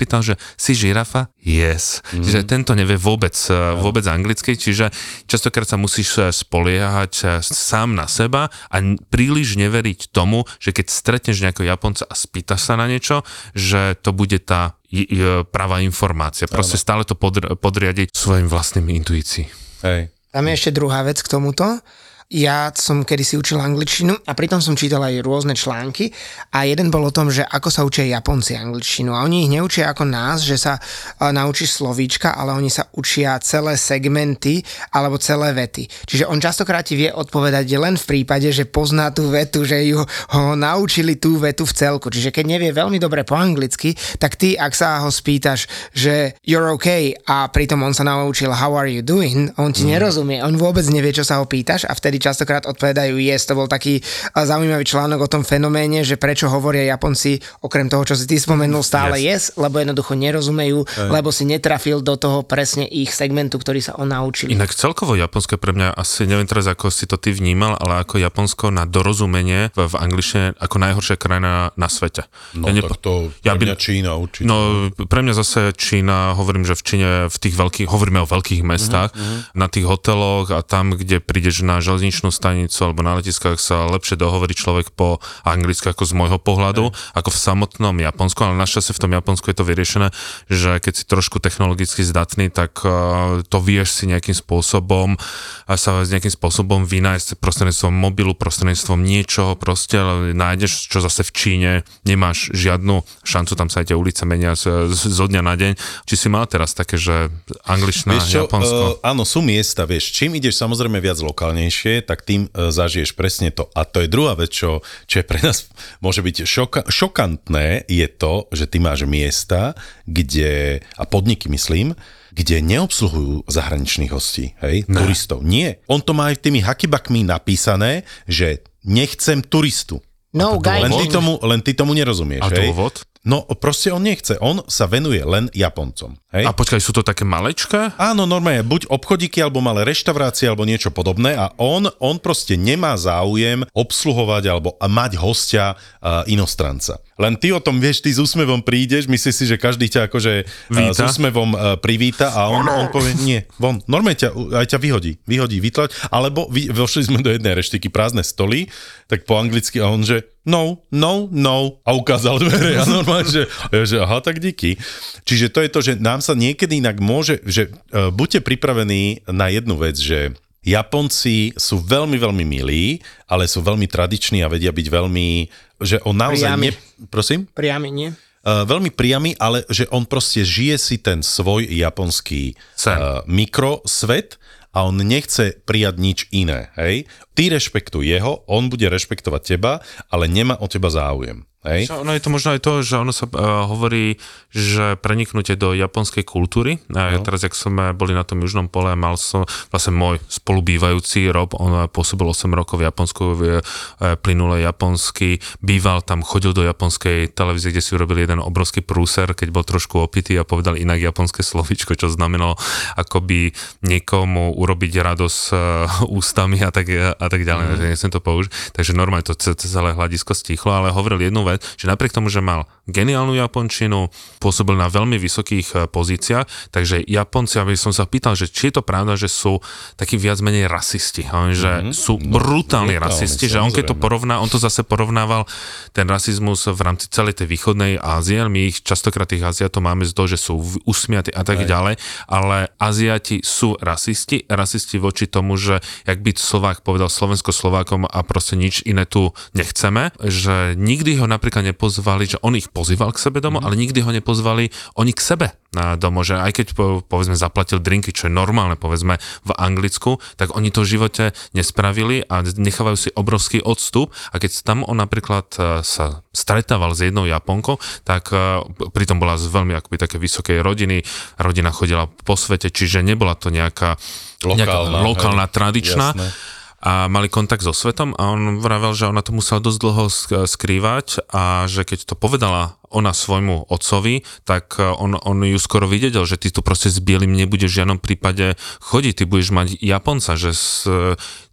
spýtal, že si žirafa? Yes. Mm. Čiže tento nevie vôbec, yeah. vôbec anglicky, čiže častokrát sa musíš spoliehať sám na seba a príliš neveriť tomu, že keď stretneš nejakého Japonca a spýtaš sa na niečo, že to bude tá pravá informácia. Proste yeah. stále to podri- podriadiť svojim vlastným intuícií. Hej. Tam je ešte druhá vec k tomuto. Ja som kedysi učil angličtinu a pritom som čítal aj rôzne články a jeden bol o tom, že ako sa učia Japonci angličtinu a oni ich neučia ako nás, že sa uh, naučíš slovíčka, ale oni sa učia celé segmenty alebo celé vety. Čiže on častokrát ti vie odpovedať len v prípade, že pozná tú vetu, že ju ho naučili tú vetu v celku. Čiže keď nevie veľmi dobre po anglicky, tak ty, ak sa ho spýtaš, že you're okay a pritom on sa naučil how are you doing, on ti mm. nerozumie, on vôbec nevie, čo sa ho pýtaš a vtedy častokrát odpovedajú yes. To bol taký zaujímavý článok o tom fenoméne, že prečo hovoria Japonci okrem toho, čo si ty spomenul, stále yes, yes lebo jednoducho nerozumejú, Aj. lebo si netrafil do toho presne ich segmentu, ktorý sa on naučil. Inak celkovo Japonsko pre mňa asi, neviem teraz, ako si to ty vnímal, ale ako Japonsko na dorozumenie v, v angličtine ako najhoršia krajina na svete. No ja nepo... tak to pre ja by... mňa Čína určite. No pre mňa zase Čína, hovorím, že v Číne v tých veľkých, hovoríme o veľkých mestách, mm-hmm. na tých hoteloch a tam, kde prídeš na železničnú stanicu alebo na letiskách sa lepšie dohovorí človek po anglicky ako z môjho pohľadu, Aj. ako v samotnom Japonsku, ale našťastie v tom Japonsku je to vyriešené, že keď si trošku technologicky zdatný, tak uh, to vieš si nejakým spôsobom a sa s nejakým spôsobom vynájsť prostredníctvom mobilu, prostredníctvom niečoho proste, ale nájdeš, čo zase v Číne nemáš žiadnu šancu, tam sa aj tie ulice menia z, z, zo dňa na deň. Či si mal teraz také, že angličtina, Japonsko? Uh, áno, sú miesta, vieš, čím ideš samozrejme viac lokálnejšie, tak tým uh, zažiješ presne to. A to je druhá vec, čo, čo je pre nás môže byť šoka, šokantné, je to, že ty máš miesta, kde, a podniky myslím, kde neobsluhujú zahraničných hostí, hej, ne. turistov. Nie. On to má aj tými hakibakmi napísané, že nechcem turistu. No, len, ty tomu, len ty tomu nerozumieš, a hej. dôvod? No proste on nechce, on sa venuje len Japoncom. Hej? A počkaj, sú to také malečké? Áno, normálne, buď obchodíky, alebo malé reštaurácie, alebo niečo podobné a on, on proste nemá záujem obsluhovať alebo mať hostia uh, inostranca. Len ty o tom vieš, ty s úsmevom prídeš, myslíš si, že každý ťa akože uh, s úsmevom uh, privíta a on, on povie, nie, von, normálne ťa, aj ťa vyhodí, vyhodí, vytlať, alebo vy, vošli sme do jednej reštiky, prázdne stoly, tak po anglicky a on, že no, no, no a ukázal dvere a normálne, že, že aha, tak díky. Čiže to je to, že nám sa niekedy inak môže, že uh, buďte pripravení na jednu vec, že Japonci sú veľmi, veľmi milí, ale sú veľmi tradiční a vedia byť veľmi, že on naozaj... Priamy. Ne, prosím? Priamy, nie? Uh, veľmi priamy, ale že on proste žije si ten svoj japonský uh, mikrosvet a on nechce prijať nič iné, hej? Ty rešpektuj jeho, on bude rešpektovať teba, ale nemá o teba záujem. Hej. Ono je to možno aj to, že ono sa uh, hovorí, že preniknutie do japonskej kultúry. A ja no. teraz, jak sme boli na tom južnom pole, mal som vlastne môj spolubývajúci Rob, on pôsobil osem rokov v Japonsku, uh, plynule japonsky, býval tam, chodil do japonskej televízie, kde si urobili jeden obrovský prúser, keď bol trošku opitý a povedal inak japonské slovíčko, čo znamenalo akoby niekomu urobiť radosť uh, ústami a tak, a tak ďalej. Mm. Nechcem to použiť. Takže normálne to celé hľadisko stichlo, ale hovoril jednu vec, že napriek tomu, že mal geniálnu japončinu, pôsobil na veľmi vysokých pozíciách, takže Japonci, aby som sa pýtal, že či je to pravda, že sú takí viac menej rasisti, že mm-hmm. sú brutálni no, rasisti, že on keď to porovná, on to zase porovnával ten rasizmus v rámci celej tej východnej Ázie, my ich častokrát tých Aziatov máme z toho, že sú usmiatí a tak Aj. ďalej, ale Aziati sú rasisti, rasisti voči tomu, že jak byť Slovák povedal Slovensko-Slovákom a proste nič iné tu nechceme, že nikdy ho napríklad nepozvali, že on ich pozýval k sebe domov, mm. ale nikdy ho nepozvali oni k sebe na domov, že aj keď povedzme zaplatil drinky, čo je normálne povedzme v Anglicku, tak oni to v živote nespravili a nechávajú si obrovský odstup a keď tam on napríklad sa stretával s jednou Japonkou, tak pritom bola z veľmi akoby také vysokej rodiny, rodina chodila po svete, čiže nebola to nejaká lokálna, nejaká lokálna hej, tradičná, jasné. A mali kontakt so svetom a on vravel, že ona to musela dosť dlho skrývať a že keď to povedala ona svojmu otcovi, tak on, on ju skoro videl, že ty tu proste s bielým nebudeš v žiadnom prípade chodiť, ty budeš mať Japonca, že s,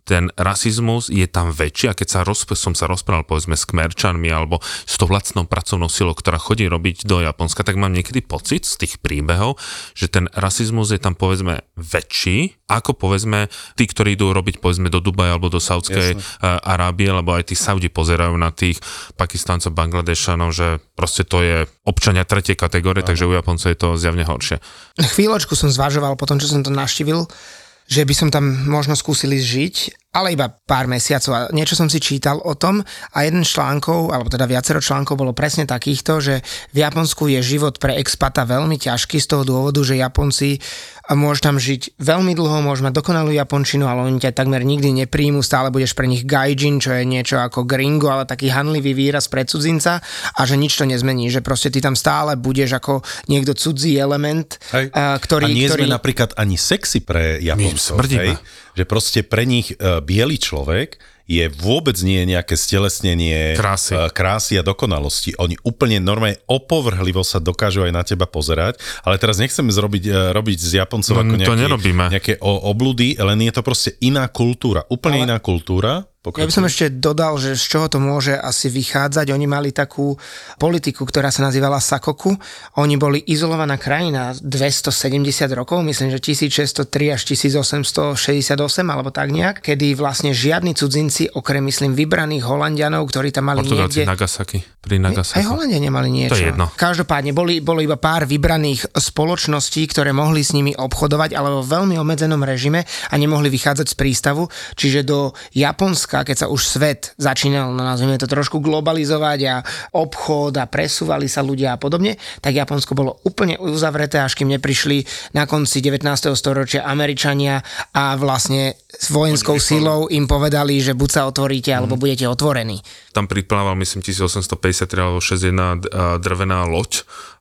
ten rasizmus je tam väčší a keď sa roz, som sa rozprával povedzme s Kmerčanmi alebo s tou lacnou pracovnou silou, ktorá chodí robiť do Japonska, tak mám niekedy pocit z tých príbehov, že ten rasizmus je tam povedzme väčší, ako povedzme tí, ktorí idú robiť povedzme do Dubaja alebo do Saudskej Arábie, lebo aj tí Saudi pozerajú na tých Pakistáncov, Bangladešanov, že proste to je občania tretej kategórie, Aha. takže u Japoncov je to zjavne horšie. Chvíľočku som zvažoval po tom, čo som to navštívil, že by som tam možno skúsili žiť, ale iba pár mesiacov a niečo som si čítal o tom a jeden článkov, alebo teda viacero článkov bolo presne takýchto, že v Japonsku je život pre expata veľmi ťažký z toho dôvodu, že Japonci môžu tam žiť veľmi dlho, môžu mať dokonalú japončinu, ale oni ťa takmer nikdy nepríjmu, stále budeš pre nich gaijin, čo je niečo ako gringo, ale taký hanlivý výraz pre cudzinca a že nič to nezmení, že proste ty tam stále budeš ako niekto cudzí element, a, ktorý... A nie ktorý... sme napríklad ani sexy pre Japoncov, hej? Že proste pre nich uh, biely človek je vôbec nie nejaké stelesnenie krásy. Uh, krásy a dokonalosti. Oni úplne normálne opovrhlivo sa dokážu aj na teba pozerať, ale teraz nechceme zrobiť, uh, robiť z Japoncov no, ako nejaké, nejaké obludy, len je to proste iná kultúra, úplne ale... iná kultúra. Ja by som ešte dodal, že z čoho to môže asi vychádzať. Oni mali takú politiku, ktorá sa nazývala Sakoku. Oni boli izolovaná krajina dvestosedemdesiat rokov, myslím, že tisícšesťstotri až tisícosemstošesťdesiatosem alebo tak nejak, kedy vlastne žiadni cudzinci, okrem myslím vybraných Holandianov, ktorí tam mali Portugálci niekde... Nagasaki, pri Nagasaki. Aj Holandia nemali niečo. To je jedno. Každopádne boli, bolo iba pár vybraných spoločností, ktoré mohli s nimi obchodovať, ale vo veľmi obmedzenom režime a nemohli vychádzať z prístavu. Čiže do Japonska, keď sa už svet začínal, no nazvime to trošku globalizovať a obchod a presúvali sa ľudia a podobne, tak Japonsko bolo úplne uzavreté, až kým neprišli na konci devätnásteho storočia Američania a vlastne s vojenskou silou im povedali, že buď sa otvoríte, alebo budete otvorení. Tam priplával, myslím, tisícosemstopäťdesiattri alebo šesťdesiatjeden drvená loď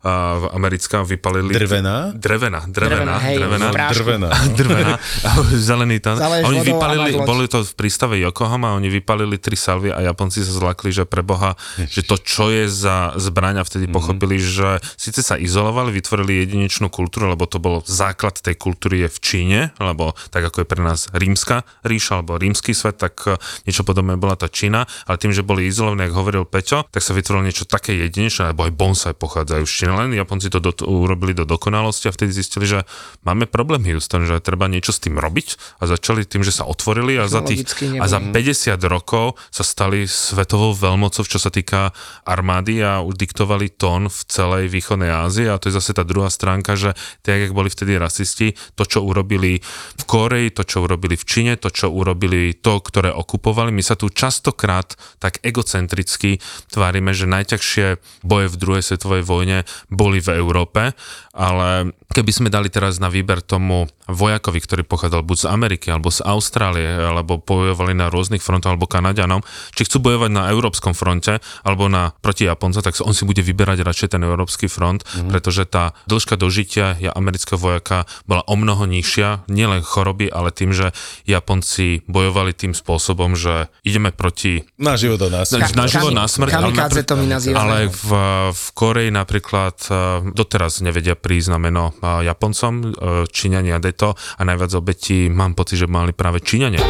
a americká, vypalili... Drvená? Drevená, drevená, drevená. Hej, drevená, drevená. drevená. Zelený tam. Oni vodou, vypalili, boli to v prístave Yokohama, oni vypalili tri salvy a Japonci sa zlakli, že pre Boha, že to čo je za zbraň a vtedy mm-hmm. pochopili, že síce sa izolovali, vytvorili jedinečnú kultúru, lebo to bol základ tej kultúry je v Číne, lebo tak ako je pre nás rímska ríša alebo rímsky svet, tak niečo podobné bola tá Čína, ale tým, že boli izolovaní, ako hovoril Peťo, tak sa vytvorilo niečo také jedinečné, lebo aj bonsai pochádzajú z Číny, len Japonci to do, urobili do dokonalosti a vtedy zistili, že máme problém Houston, že treba niečo s tým robiť a začali tým, že sa otvorili a za, tých, a za päťdesiat rokov sa stali svetovou veľmocou, čo sa týka armády a diktovali tón v celej východnej Ázii a to je zase tá druhá stránka, že tak, jak boli vtedy rasisti, to, čo urobili v Kórei, to, čo urobili v Číne, to, čo urobili to, ktoré okupovali, my sa tu častokrát tak egocentricky tvárime, že najťažšie boje v druhej svetovej vojne boli v Európe, ale keby sme dali teraz na výber tomu vojakovi, ktorý pochádzal buď z Ameriky, alebo z Austrálie, alebo bojovali na rôznych frontoch, alebo Kanaďanom, či chcú bojovať na európskom fronte, alebo na proti Japonca, tak on si bude vyberať radšej ten európsky front, mm-hmm. pretože tá dĺžka dožitia amerického vojaka bola o mnoho nižšia, nielen choroby, ale tým, že Japonci bojovali tým spôsobom, že ideme proti... Na život a na smrť. Na život na smrť, ale, napr- to my ale v, v Koreji napríklad doteraz nevedia prísť na meno Japoncom, Číňania deto a najviac obetí mám pocit, že mali práve Číňania.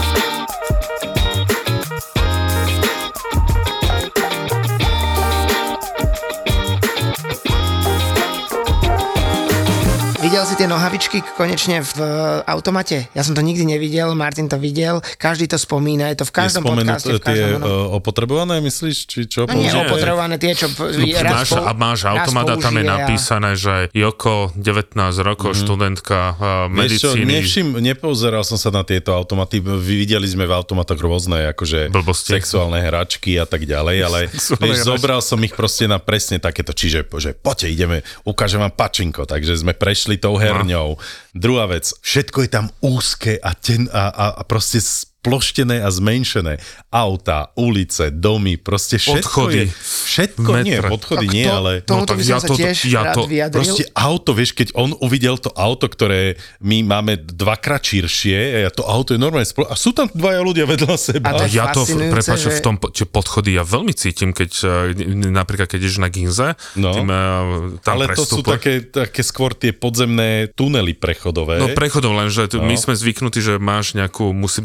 Videl si tie nohavičky konečne v automate? Ja som to nikdy nevidel, Martin to videl, každý to spomína, je to v každom podcaste. Je spomenúť tie opotrebované, myslíš? Či čo? No nie, opotrebované tie, čo no, raz máš, po, máš automata, tam je napísané, a... že Joko, devätnásť rokov, mm-hmm. študentka uh, medicíny. Nevšim, nepozeral som sa na tieto automaty, videli sme v automatoch rôzne, akože blbosti. Sexuálne hračky a tak ďalej, ale vieš, zobral som ich proste na presne takéto, čiže že poďte, ideme, ukážem vám pačinko, takže sme prešli tou herňou. No. Druhá vec, všetko je tam úzke a, ten, a, a, a proste sploštené a zmenšené. Auta, ulice, domy, proste všetko podchody. Je... Všetko Metre. nie, podchody to, nie, ale... Tomuto no, by som ja sa to, tiež ja rád to, vyjadril. Proste auto, vieš, keď on uvidel to auto, ktoré my máme dvakrát širšie, a to auto je normálne spolo... A sú tam dvaja ľudia vedľa seba. A to ja to, prepáč, že... v tom tie podchody ja veľmi cítim, keď napríklad, keď ideš na Ginze, no. tým tam ale to sú také, také skôr tie podzemné tunely prechodové. No prechodov, len, že no. my sme zvyknutí, že máš nejakú, musí byť nejaká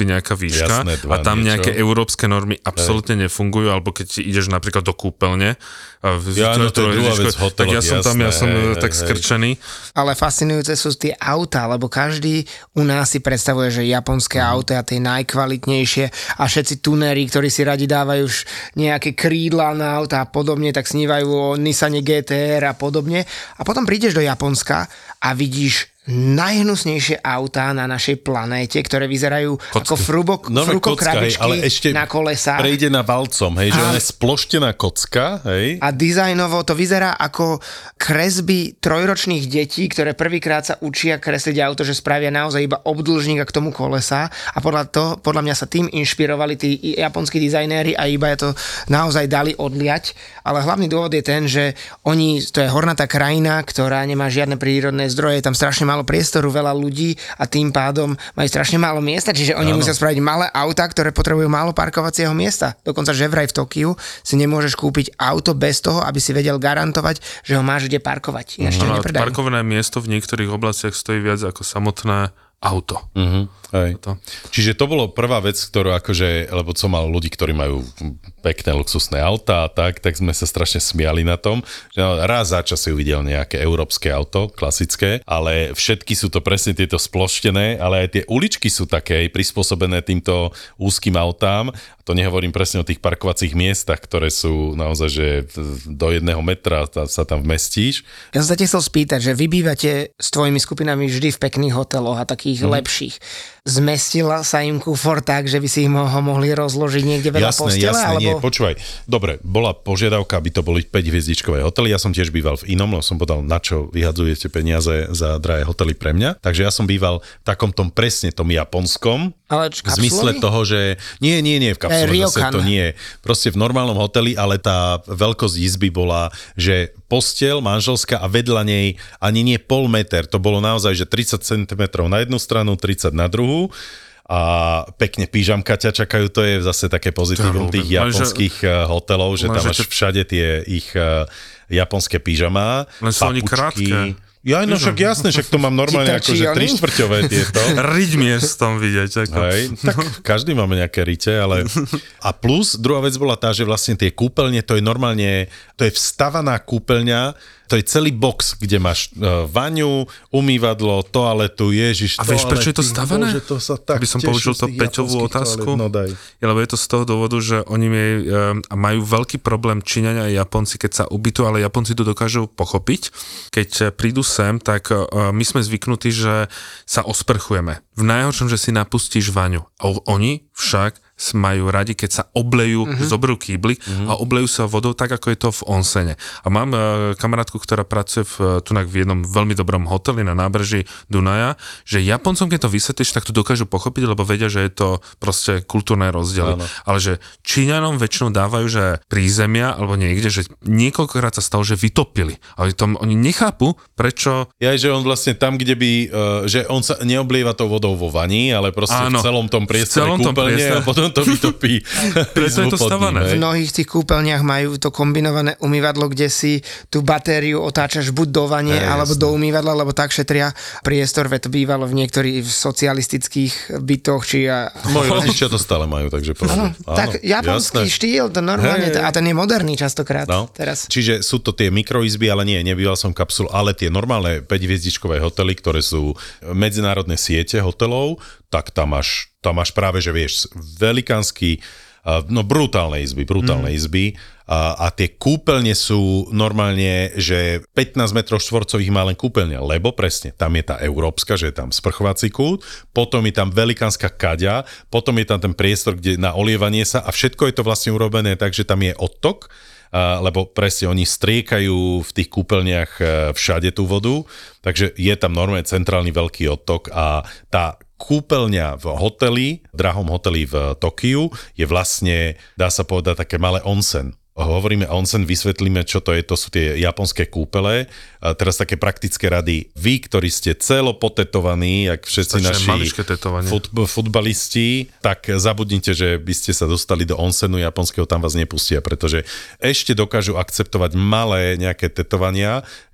výška Jasné, dva a tam niečo. nejaké európske normy absolútne nefungujú, alebo keď ideš napríklad do kúpeľne, ja, no to je druhá vec v hoteloch, tak ja som tam, ja som hej, tak hej, skrčený. Ale fascinujúce sú tie autá, lebo každý u nás si predstavuje, že japonské auta a tie najkvalitnejšie a všetci tunéri, ktorí si radi dávajú už nejaké krídla na auta a podobne, tak snívajú o Nissane gé té er a podobne. A potom prídeš do Japonska a vidíš najhnusnejšie autá na našej planéte, ktoré vyzerajú Kocky. ako frubok, No, frukokrabičky kocka, hej, ale ešte na kolesách. prejde na valcom, hej, že A- ona je sploštená kocka, hej. A dizajnovo to vyzerá ako kresby trojročných detí, ktoré prvýkrát sa učia kresliť auto, že spravia naozaj iba obdĺžnik a k tomu kolesa. A podľa, to, podľa mňa sa tým inšpirovali tí japonskí dizajnéri a iba je to naozaj dali odliať. Ale hlavný dôvod je ten, že oni, to je hornatá krajina, ktorá nemá žiadne prírodné zdroje, je tam strašne málo priestoru, veľa ľudí a tým pádom majú strašne málo miesta, čiže oni Áno. musia spraviť malé autá, ktoré potrebujú málo parkovacieho miesta. Dokonca že vraj v Tokiu si nemôžeš kúpiť auto bez toho, aby si vedel garantovať, že ho máš kde parkovať. Ináč to No, nepredajú. parkované miesto v niektorých oblastiach stojí viac ako samotné auto. Uh-huh. Hej. To. Čiže to bolo prvá vec, ktorú akože, lebo som mal ľudí, ktorí majú pekné luxusné autá a tak, tak sme sa strašne smiali na tom, že no, raz za čas si uvidel nejaké európske auto, klasické, ale všetky sú to presne tieto sploštené, ale aj tie uličky sú také prispôsobené týmto úzkým autám. To nehovorím presne o tých parkovacích miestach, ktoré sú naozaj, že do jedného metra sa tam vmestíš. Ja som sa te chcel spýtať, že vy bývate s tvojimi skupinami vždy v pekných hoteloch a takých mm. lepších. Zmestila sa im kufor tak, že by si ich ho mohli rozložiť niekde vedľa Jasné, postele? jasné, alebo... nie, počúvaj. Dobre, bola požiadavka, aby to boli päť-hviezdičkové hotely, ja som tiež býval v inom, no som povedal, na čo vyhadzujete peniaze za drahé hotely pre mňa. Takže ja som býval v takom tom presne tom japonskom, Ale v zmysle toho, že nie, nie, nie, v kapsule zase to nie. Proste v normálnom hoteli, ale tá veľkosť izby bola, že posteľ manželská a vedľa nej ani nie pol meter, to bolo naozaj, že tridsať centimetrov na jednu stranu, tridsať na druhú a pekne pížamka ťa čakajú, to je zase také pozitívum tých japonských lenže, hotelov, že tam máš všade tie ich japonské pížamá, len sú oni krátke. Ja, no však jasné, však to mám normálne akože tri štvrťové tieto. Riť miestom vidieť. Ako. Hej, tak každý máme nejaké rite, ale... A plus, druhá vec bola tá, že vlastne tie kúpeľne, to je normálne, to je vstavaná kúpeľňa, to je celý box, kde máš uh, vaňu, umývadlo, toaletu, ježiš, A vieš, prečo je to stavané? Bože, to sa tak Aby som použil to Peťovú otázku. Toalet, no daj. Ja, lebo je to z toho dôvodu, že oni majú, majú veľký problém Číňania a Japonci, keď sa ubytujú, ale Japonci to dokážu pochopiť. Keď prídu sem, tak my sme zvyknutí, že sa osprchujeme. V najhoršom, že si napustíš vaňu. A oni však majú radi, keď sa oblejú, uh-huh. zoberú kýblik uh-huh. a oblejú sa vodou tak, ako je to v onsene. A mám uh, kamarátku, ktorá pracuje v, tunak v jednom veľmi dobrom hoteli na nábreží Dunaja, že Japoncom, keď to vysvetlíš, tak to dokážu pochopiť, lebo vedia, že je to proste kultúrne rozdiely. Áno. Ale že Číňanom väčšinou dávajú, že prízemia alebo niekde, že niekoľkokrát sa stalo, že vytopili. Ale tom oni nechápu, prečo... Ja, že on vlastne tam, kde by, uh, že on sa neoblieva tou vodou vo vani, ale proste Áno, v celom tom priestore kúpeľne a potom to vytopí. Preto je to stavané. V mnohých tých kúpeľniach majú to kombinované umývadlo, kde si tú batériu otáčaš buď do vane, hey, alebo jasné. do umývadla, lebo tak šetria priestor, veď to bývalo v niektorých socialistických bytoch, či a... Moji rodičia to stále majú, takže Áno, Áno, tak japonský jasné. štýl, to normálne, Hey. a ten je moderný častokrát No. teraz. Čiže sú to tie mikroizby, ale nie, nebýval som kapsul, ale tie normálne päť-hviezdičkové hotely, ktoré sú medzinárodné siete hotelov, tak tam máš, tam máš práve, že vieš, velikánsky, no brutálne izby, brutálne mm. izby a, a tie kúpeľne sú normálne, že pätnásť metrov štvorcových má len kúpeľňa, lebo presne, tam je tá európska, že je tam sprchovací kút, potom je tam velikánska kaďa, potom je tam ten priestor, kde na olievanie sa a všetko je to vlastne urobené tak, že tam je odtok, Uh, lebo presne oni striekajú v tých kúpeľniach uh, všade tú vodu, takže je tam normálne centrálny veľký odtok a tá kúpeľňa v hoteli, drahom hoteli v Tokiu je vlastne, dá sa povedať, také malé onsen. Hovoríme onsen, vysvetlíme, čo to je, to sú tie japonské kúpele. A teraz také praktické rady. Vy, ktorí ste celopotetovaní, jak všetci naši fut, futbalisti, tak zabudnite, že by ste sa dostali do onsenu japonského, tam vás nepustia, pretože ešte dokážu akceptovať malé nejaké tetovania,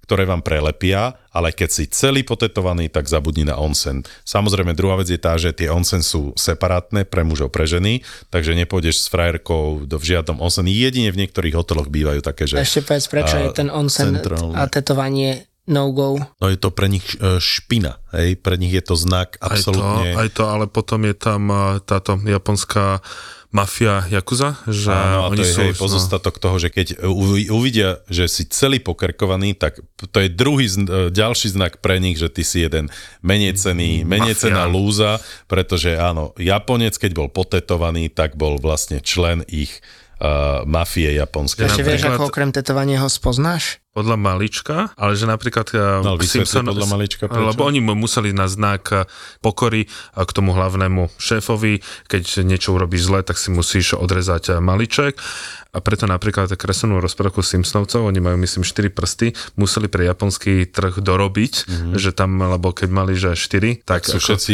ktoré vám prelepia, ale keď si celý potetovaný, tak zabudni na onsen. Samozrejme, druhá vec je tá, že tie onsen sú separátne pre mužov, pre ženy, takže nepôjdeš s frajerkou do v žiadnom onsen. Jedine v niektorých hoteloch bývajú také, že... Ešte povedz, prečo je ten onsen centrálne. A tetovanie no-go? No je to pre nich špina, hej, pre nich je to znak absolútne... Aj to, aj to, ale potom je tam táto japonská mafia Yakuza, že áno, a oni to je sú... hej, pozostatok toho, že keď uvidia, že si celý pokrkovaný, tak to je druhý, ďalší znak pre nich, že ty si jeden menej cený, menej cená lúza, pretože áno, Japonec, keď bol potetovaný, tak bol vlastne člen ich uh, mafie japonskej. Ešte vieš, ako okrem tetovania ho spoznáš? Podľa malička, ale že napríklad no, Simpson, podľa malička, lebo oni museli na znak pokory k tomu hlavnému šéfovi, keď niečo urobíš zle, tak si musíš odrezať maliček. A preto napríklad kreslenú rozprávku Simpsonovcov, oni majú myslím štyri prsty, museli pre japonský trh dorobiť, mm-hmm. že tam, lebo keď mali že štyri, tak, tak sú ako, všetci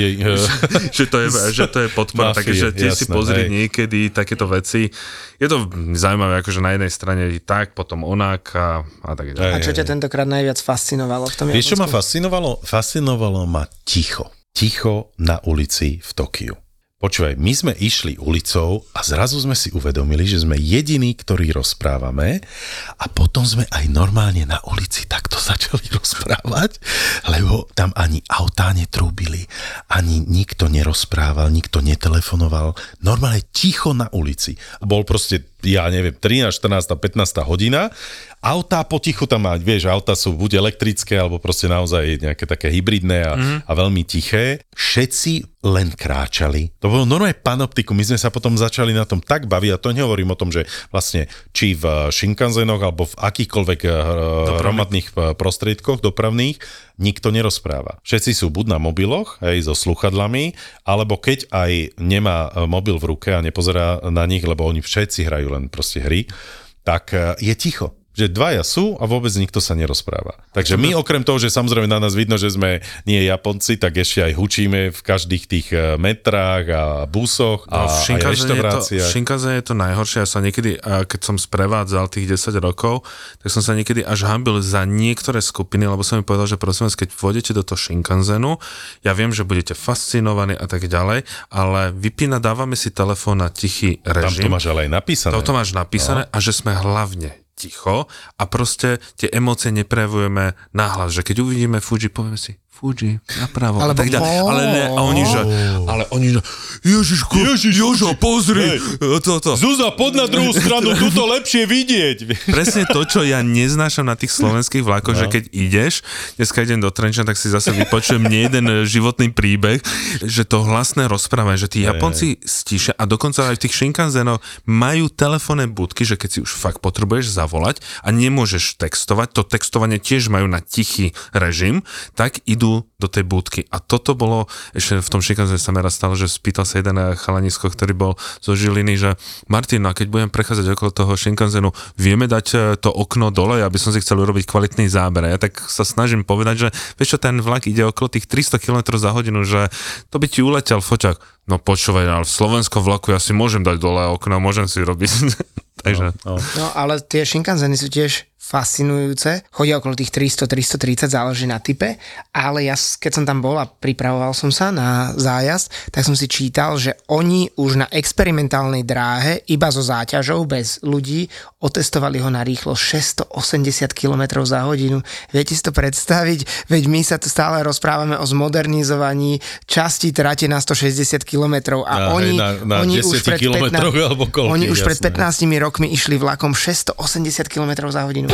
že, to je, že to je podpora, takže tie si pozri hej. niekedy takéto veci. Je to zaujímavé, akože na jednej strane tak, potom onak a, a tak ďalej. A čo ťa tentokrát najviac fascinovalo v tom Japonsku? Vieš, čo ma fascinovalo? Fascinovalo ma ticho. Ticho na ulici v Tokiu. Počúvaj, my sme išli ulicou a zrazu sme si uvedomili, že sme jediní, ktorí rozprávame a potom sme aj normálne na ulici takto začali rozprávať, lebo tam ani autá netrúbili, ani nikto nerozprával, nikto netelefonoval, normálne ticho na ulici. Bol proste, ja neviem, trinásť, štrnásť, pätnásť hodina. Autá potichu tam mať, vieš, autá sú buď elektrické, alebo proste naozaj nejaké také hybridné a, mm-hmm. a veľmi tiché. Všetci len kráčali. To bolo normálne panoptikum. My sme sa potom začali na tom tak baviť, a to nehovorím o tom, že vlastne či v Shinkanzenoch, alebo v akýchkoľvek hromadných prostriedkoch dopravných, nikto nerozpráva. Všetci sú buď na mobiloch, hej, so sluchadlami, alebo keď aj nemá mobil v ruke a nepozerá na nich, lebo oni všetci hrajú len proste hry, tak je ticho. Že dvaja sú a vôbec nikto sa nerozpráva. Takže my okrem toho, že samozrejme na nás vidno, že sme nie Japonci, tak ešte aj hučíme v každých tých metrách a busoch a, no, v aj reštauráciách. V Shinkanzene je to najhoršie. Ja sa niekedy, keď som sprevádzal tých desať rokov, tak som sa niekedy až hanbil za niektoré skupiny, lebo som mi povedal, že prosím vás, keď vôjdete do toho Shinkanzenu, ja viem, že budete fascinovaní a tak ďalej, ale vypína, dávame si telefón na tichý režim. Tam to máš ale aj napísané. Tam to máš napísané no. A že sme hlavne ticho a proste tie emócie neprejavujeme nahlas, že keď uvidíme Fuji, povieme si Fuji, napravo. Ale, tak ďalej. ale ne, a oni že, ale oni že, Ježišku, Ježiš, Jožo, pozri. To, to. Zúza, poď na druhú stranu, tuto lepšie vidieť. Presne to, čo ja neznášam na tých slovenských vlakoch, no. Že keď ideš, dneska idem do Trenčína, tak si zase vypočujem nie jeden životný príbeh, že to hlasné rozprávanie, že tí Japonci stíšia a dokonca aj v tých Shinkanzenoch majú telefónne budky, že keď si už fakt potrebuješ zavolať a nemôžeš textovať, to textovanie tiež majú na tichý režim, tak idú do tej budky. A toto bolo, ešte v tom Shinkanzene sa mi raz stalo, že spýtal sa jeden chalanisko, ktorý bol zo Žiliny, že Martin, no a keď budem prechádzať okolo toho Shinkanzenu, vieme dať to okno dole, aby som si chcel urobiť kvalitný záber. Ja tak sa snažím povedať, že vieš čo, ten vlak ide okolo tých tristo kilometrov za hodinu, že to by ti uletel foťak. No počúvaj, ale v slovenskom vlaku ja si môžem dať dole okno, môžem si robiť. Takže. No, no. no ale tie Shinkanzeny sú tiež fascinujúce. Chodia okolo tých tristo tristotridsať, záleží na type, ale ja keď som tam bol a pripravoval som sa na zájazd, tak som si čítal, že oni už na experimentálnej dráhe iba so záťažou bez ľudí otestovali ho na rýchlo šesťstoosemdesiat kilometrov za hodinu. Viete si to predstaviť? Veď my sa tu stále rozprávame o zmodernizovaní časti trate na stošesťdesiat kilometrov a, a oni, na, na oni, už pred, pätnásť, oni už pred pätnástimi rokmi išli vlakom šesťstoosemdesiat kilometrov za hodinu.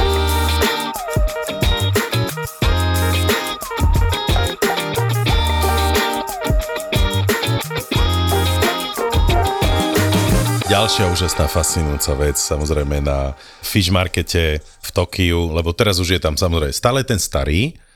Ďalšia úžasná, fascinujúca vec, samozrejme na fish markete v Tokiu, lebo teraz už je tam samozrejme stále ten starý,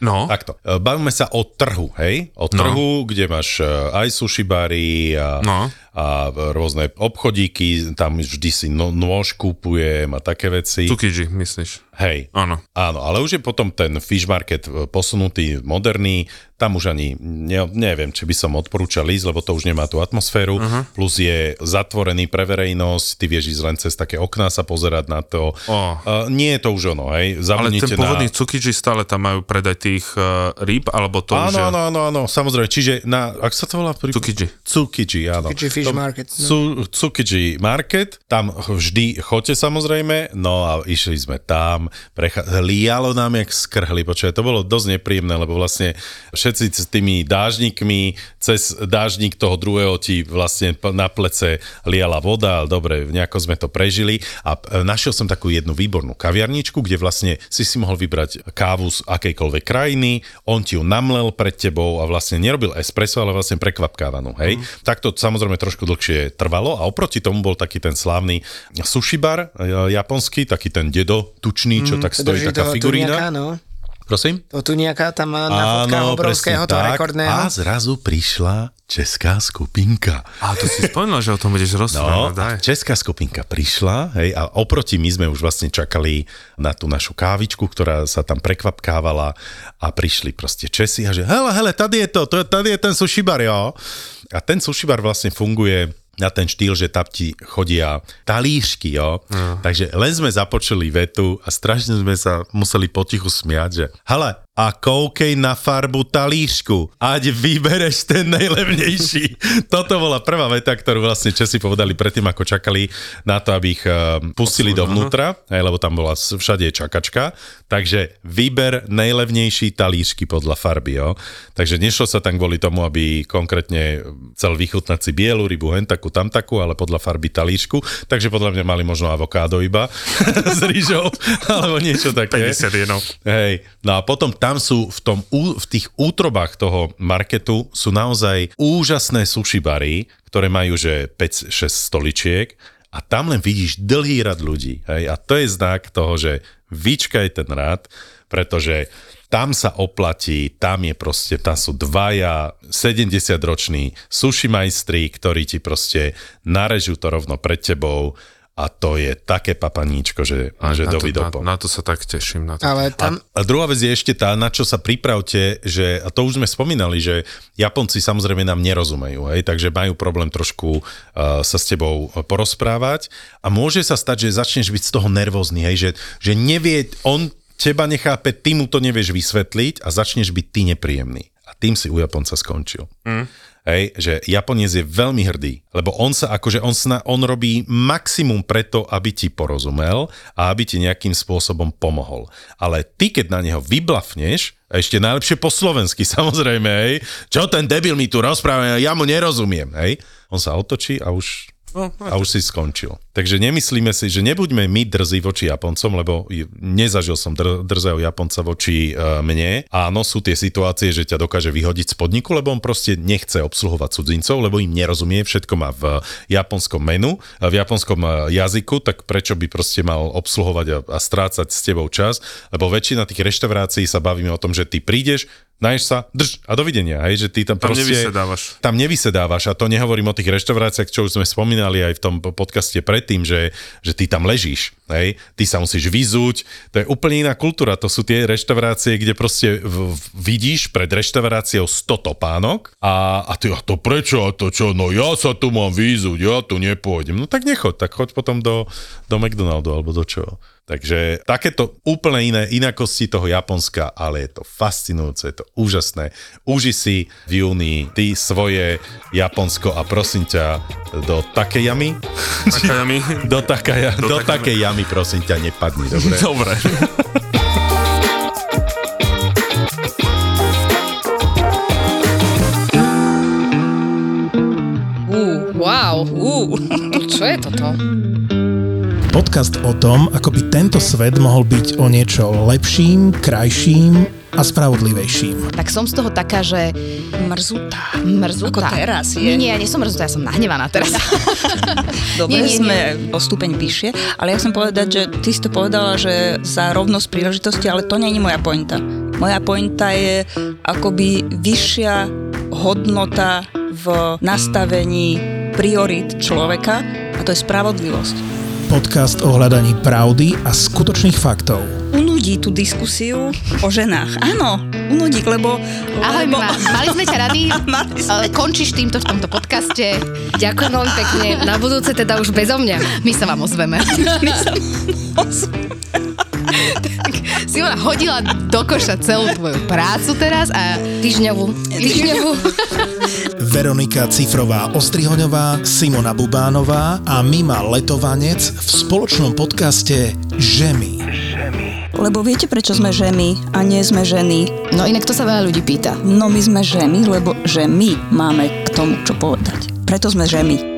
No. Takto. Bavíme sa o trhu, hej? O trhu, no. kde máš aj sushi bary a, no. a rôzne obchodíky, tam vždy si no, nôž kúpujem a také veci. Tsukiji, myslíš? Hej. Áno. Áno, ale už je potom ten fish market posunutý, moderný, tam už ani ne, neviem, či by som odporúčal ísť, lebo to už nemá tú atmosféru, uh-huh. plus je zatvorený pre verejnosť, ty vieš ísť len cez také okná sa pozerať na to. Oh. Uh, nie je to už ono, hej. Ale ten pôvodný na... Tsukiji stále tam majú predať tých uh, rýb, alebo to áno, už je... Áno, áno, áno, samozrejme, čiže na, ak sa to volá? Pri... Tsukiji. Tsukiji, áno. Tsukiji Fish to, Market. No. Tsu, Tsukiji Market, tam vždy chodte samozrejme, no a išli sme tam, precha- lialo nám jak skrhli, počuaj, to bolo dosť nepríjemné, lebo vlastne všetci s tými dážnikmi, cez dážnik toho druhého ti vlastne na plece liala voda, ale dobre, nejako sme to prežili a našiel som takú jednu výbornú kaviarničku, kde vlastne si si mohol vybrať kávu z akejkoľvek krajiny, on ti ju namlel pred tebou a vlastne nerobil espresso, ale vlastne prekvapkávanú, hej. Mm. Tak to samozrejme trošku dlhšie trvalo a oproti tomu bol taký ten slávny sushi bar japonský, taký ten dedo tučný, čo mm, tak stojí taká figurína. No. Prosím? To tu nejaká tam na fotkách obrovského, to rekordného. A zrazu prišla česká skupinka. A to si spomínal, že o tom budeš rozprávať. No, a česká skupinka prišla, hej, a oproti my sme už vlastne čakali na tú našu kávičku, ktorá sa tam prekvapkávala a prišli proste Česi a že hele, hele, tady je to, to tady je ten sushi bar, jo. A ten sushi bar vlastne funguje na ten štýl, že tam ti chodia talířky, jo. No. Takže len sme započuli vetu a strašne sme sa museli potichu smiať, že hele, a koukej na farbu talířku, ať vybereš ten najlevnejší. Toto bola prvá veta, ktorú vlastne Česi povedali predtým, ako čakali na to, aby ich uh, pustili dovnútra, aj, lebo tam bola všade čakačka. Takže vyber najlevnejší talířky podľa farby, jo. Takže nešlo sa tam kvôli tomu, aby konkrétne chcel vychutnať si bielu rybu, hen takú, tam takú, ale podľa farby talířku. Takže podľa mňa mali možno avokádo iba s rýžou, alebo niečo také. päťdesiatjeden. Hej, no a potom tam sú v, tom, v tých útrobách toho marketu sú naozaj úžasné sushi bary, ktoré majú že päť šesť stoličiek a tam len vidíš dlhý rad ľudí. Hej? A to je znak toho, že vyčkaj ten rad, pretože tam sa oplatí, tam je proste, tam sú dvaja sedemdesiatroční sushi majstri, ktorí ti proste narežú to rovno pred tebou. A to je také papaníčko, že, že dovidopo. Na, na to sa tak teším. Na to. Ale tam... a, a druhá vec je ešte tá, na čo sa pripravte, že, a to už sme spomínali, že Japonci samozrejme nám nerozumejú, hej, takže majú problém trošku uh, sa s tebou porozprávať a môže sa stať, že začneš byť z toho nervózny, hej, že, že nevie, on teba nechápe, ty mu to nevieš vysvetliť a začneš byť ty nepríjemný. A tým si u Japonca skončil. Mm. Hej, že Japonec je veľmi hrdý, lebo on sa akože, on, sna, on robí maximum preto, aby ti porozumel a aby ti nejakým spôsobom pomohol. Ale ty, keď na neho vyblafneš, a ešte najlepšie po slovensky, samozrejme, hej, čo ten debil mi tu rozpráva, ja mu nerozumiem, hej. On sa otočí a už... No, a už si skončil. Takže nemyslíme si, že nebuďme my drzí voči Japoncom, lebo nezažil som dr- drzého Japonca voči uh, mne. Áno, sú tie situácie, že ťa dokáže vyhodiť z podniku, lebo on proste nechce obsluhovať cudzincov, lebo im nerozumie, všetko má v japonskom menu, v japonskom jazyku, tak prečo by proste mal obsluhovať a, a strácať s tebou čas, lebo väčšina tých reštaurácií sa bavíme o tom, že ty prídeš, naješ sa, drž a dovidenia, hej, že ty tam, tam proste... nevysedávaš. Tam nevysedávaš a to nehovorím o tých reštauráciách, čo už sme spomínali aj v tom podcaste predtým, že, že ty tam ležíš, hej, ty sa musíš vyzúť, to je úplne iná kultúra, to sú tie reštaurácie, kde proste v, v, vidíš pred reštauráciou sto topánok a, a ty, a to prečo, a to čo, no ja sa tu mám vyzúť, ja tu nepôjdem, no tak nechoď, tak choď potom do, do McDonaldu alebo do čoho. Takže takéto úplne iné inakosti toho Japonska, ale je to fascinujúce, je to úžasné. Uži si v júni ty svoje Japonsko a prosím ťa do takej jamy? Takajami? do takaja, do, do takej jamy, prosím ťa, nepadni, dobre? Dobre. Uh, wow, uh, čo je toto? Podcast o tom, ako by tento svet mohol byť o niečo lepším, krajším a spravodlivejším. Tak som z toho taká, že mrzutá. Mrzutá. Ako teraz je. Nie, nie, ja nie som mrzutá, ja som nahnevaná teraz. Dobre, nie, nie, sme nie. o stupeň vyššie, ale ja chcem povedať, že ty si to povedala, že za rovnosť príležitosti, ale to nie je moja pointa. Moja pointa je akoby vyššia hodnota v nastavení priorít človeka a to je spravodlivosť. Podcast o hľadaní pravdy a skutočných faktov. Unudí tú diskusiu o ženách. Áno, unudí, lebo... Ahoj, lebo... ma, mali sme ťa rady, sme... končíš týmto v tomto podcaste. Ďakujem veľmi pekne, na budúce teda už bezo mňa. My sa vám ozveme. My sa vám ozveme. Tak Simona hodila do koša celú tvoju prácu teraz a týždňovú. Týždňovú. Veronika Cifrová Ostrihoňová, Simona Bubánová a Mima Letovanec v spoločnom podcaste Žemy. Lebo viete, prečo sme ženy a nie sme ženy? No inak to sa veľa ľudí pýta. No my sme ženy, lebo že my máme k tomu čo povedať. Preto sme žemy.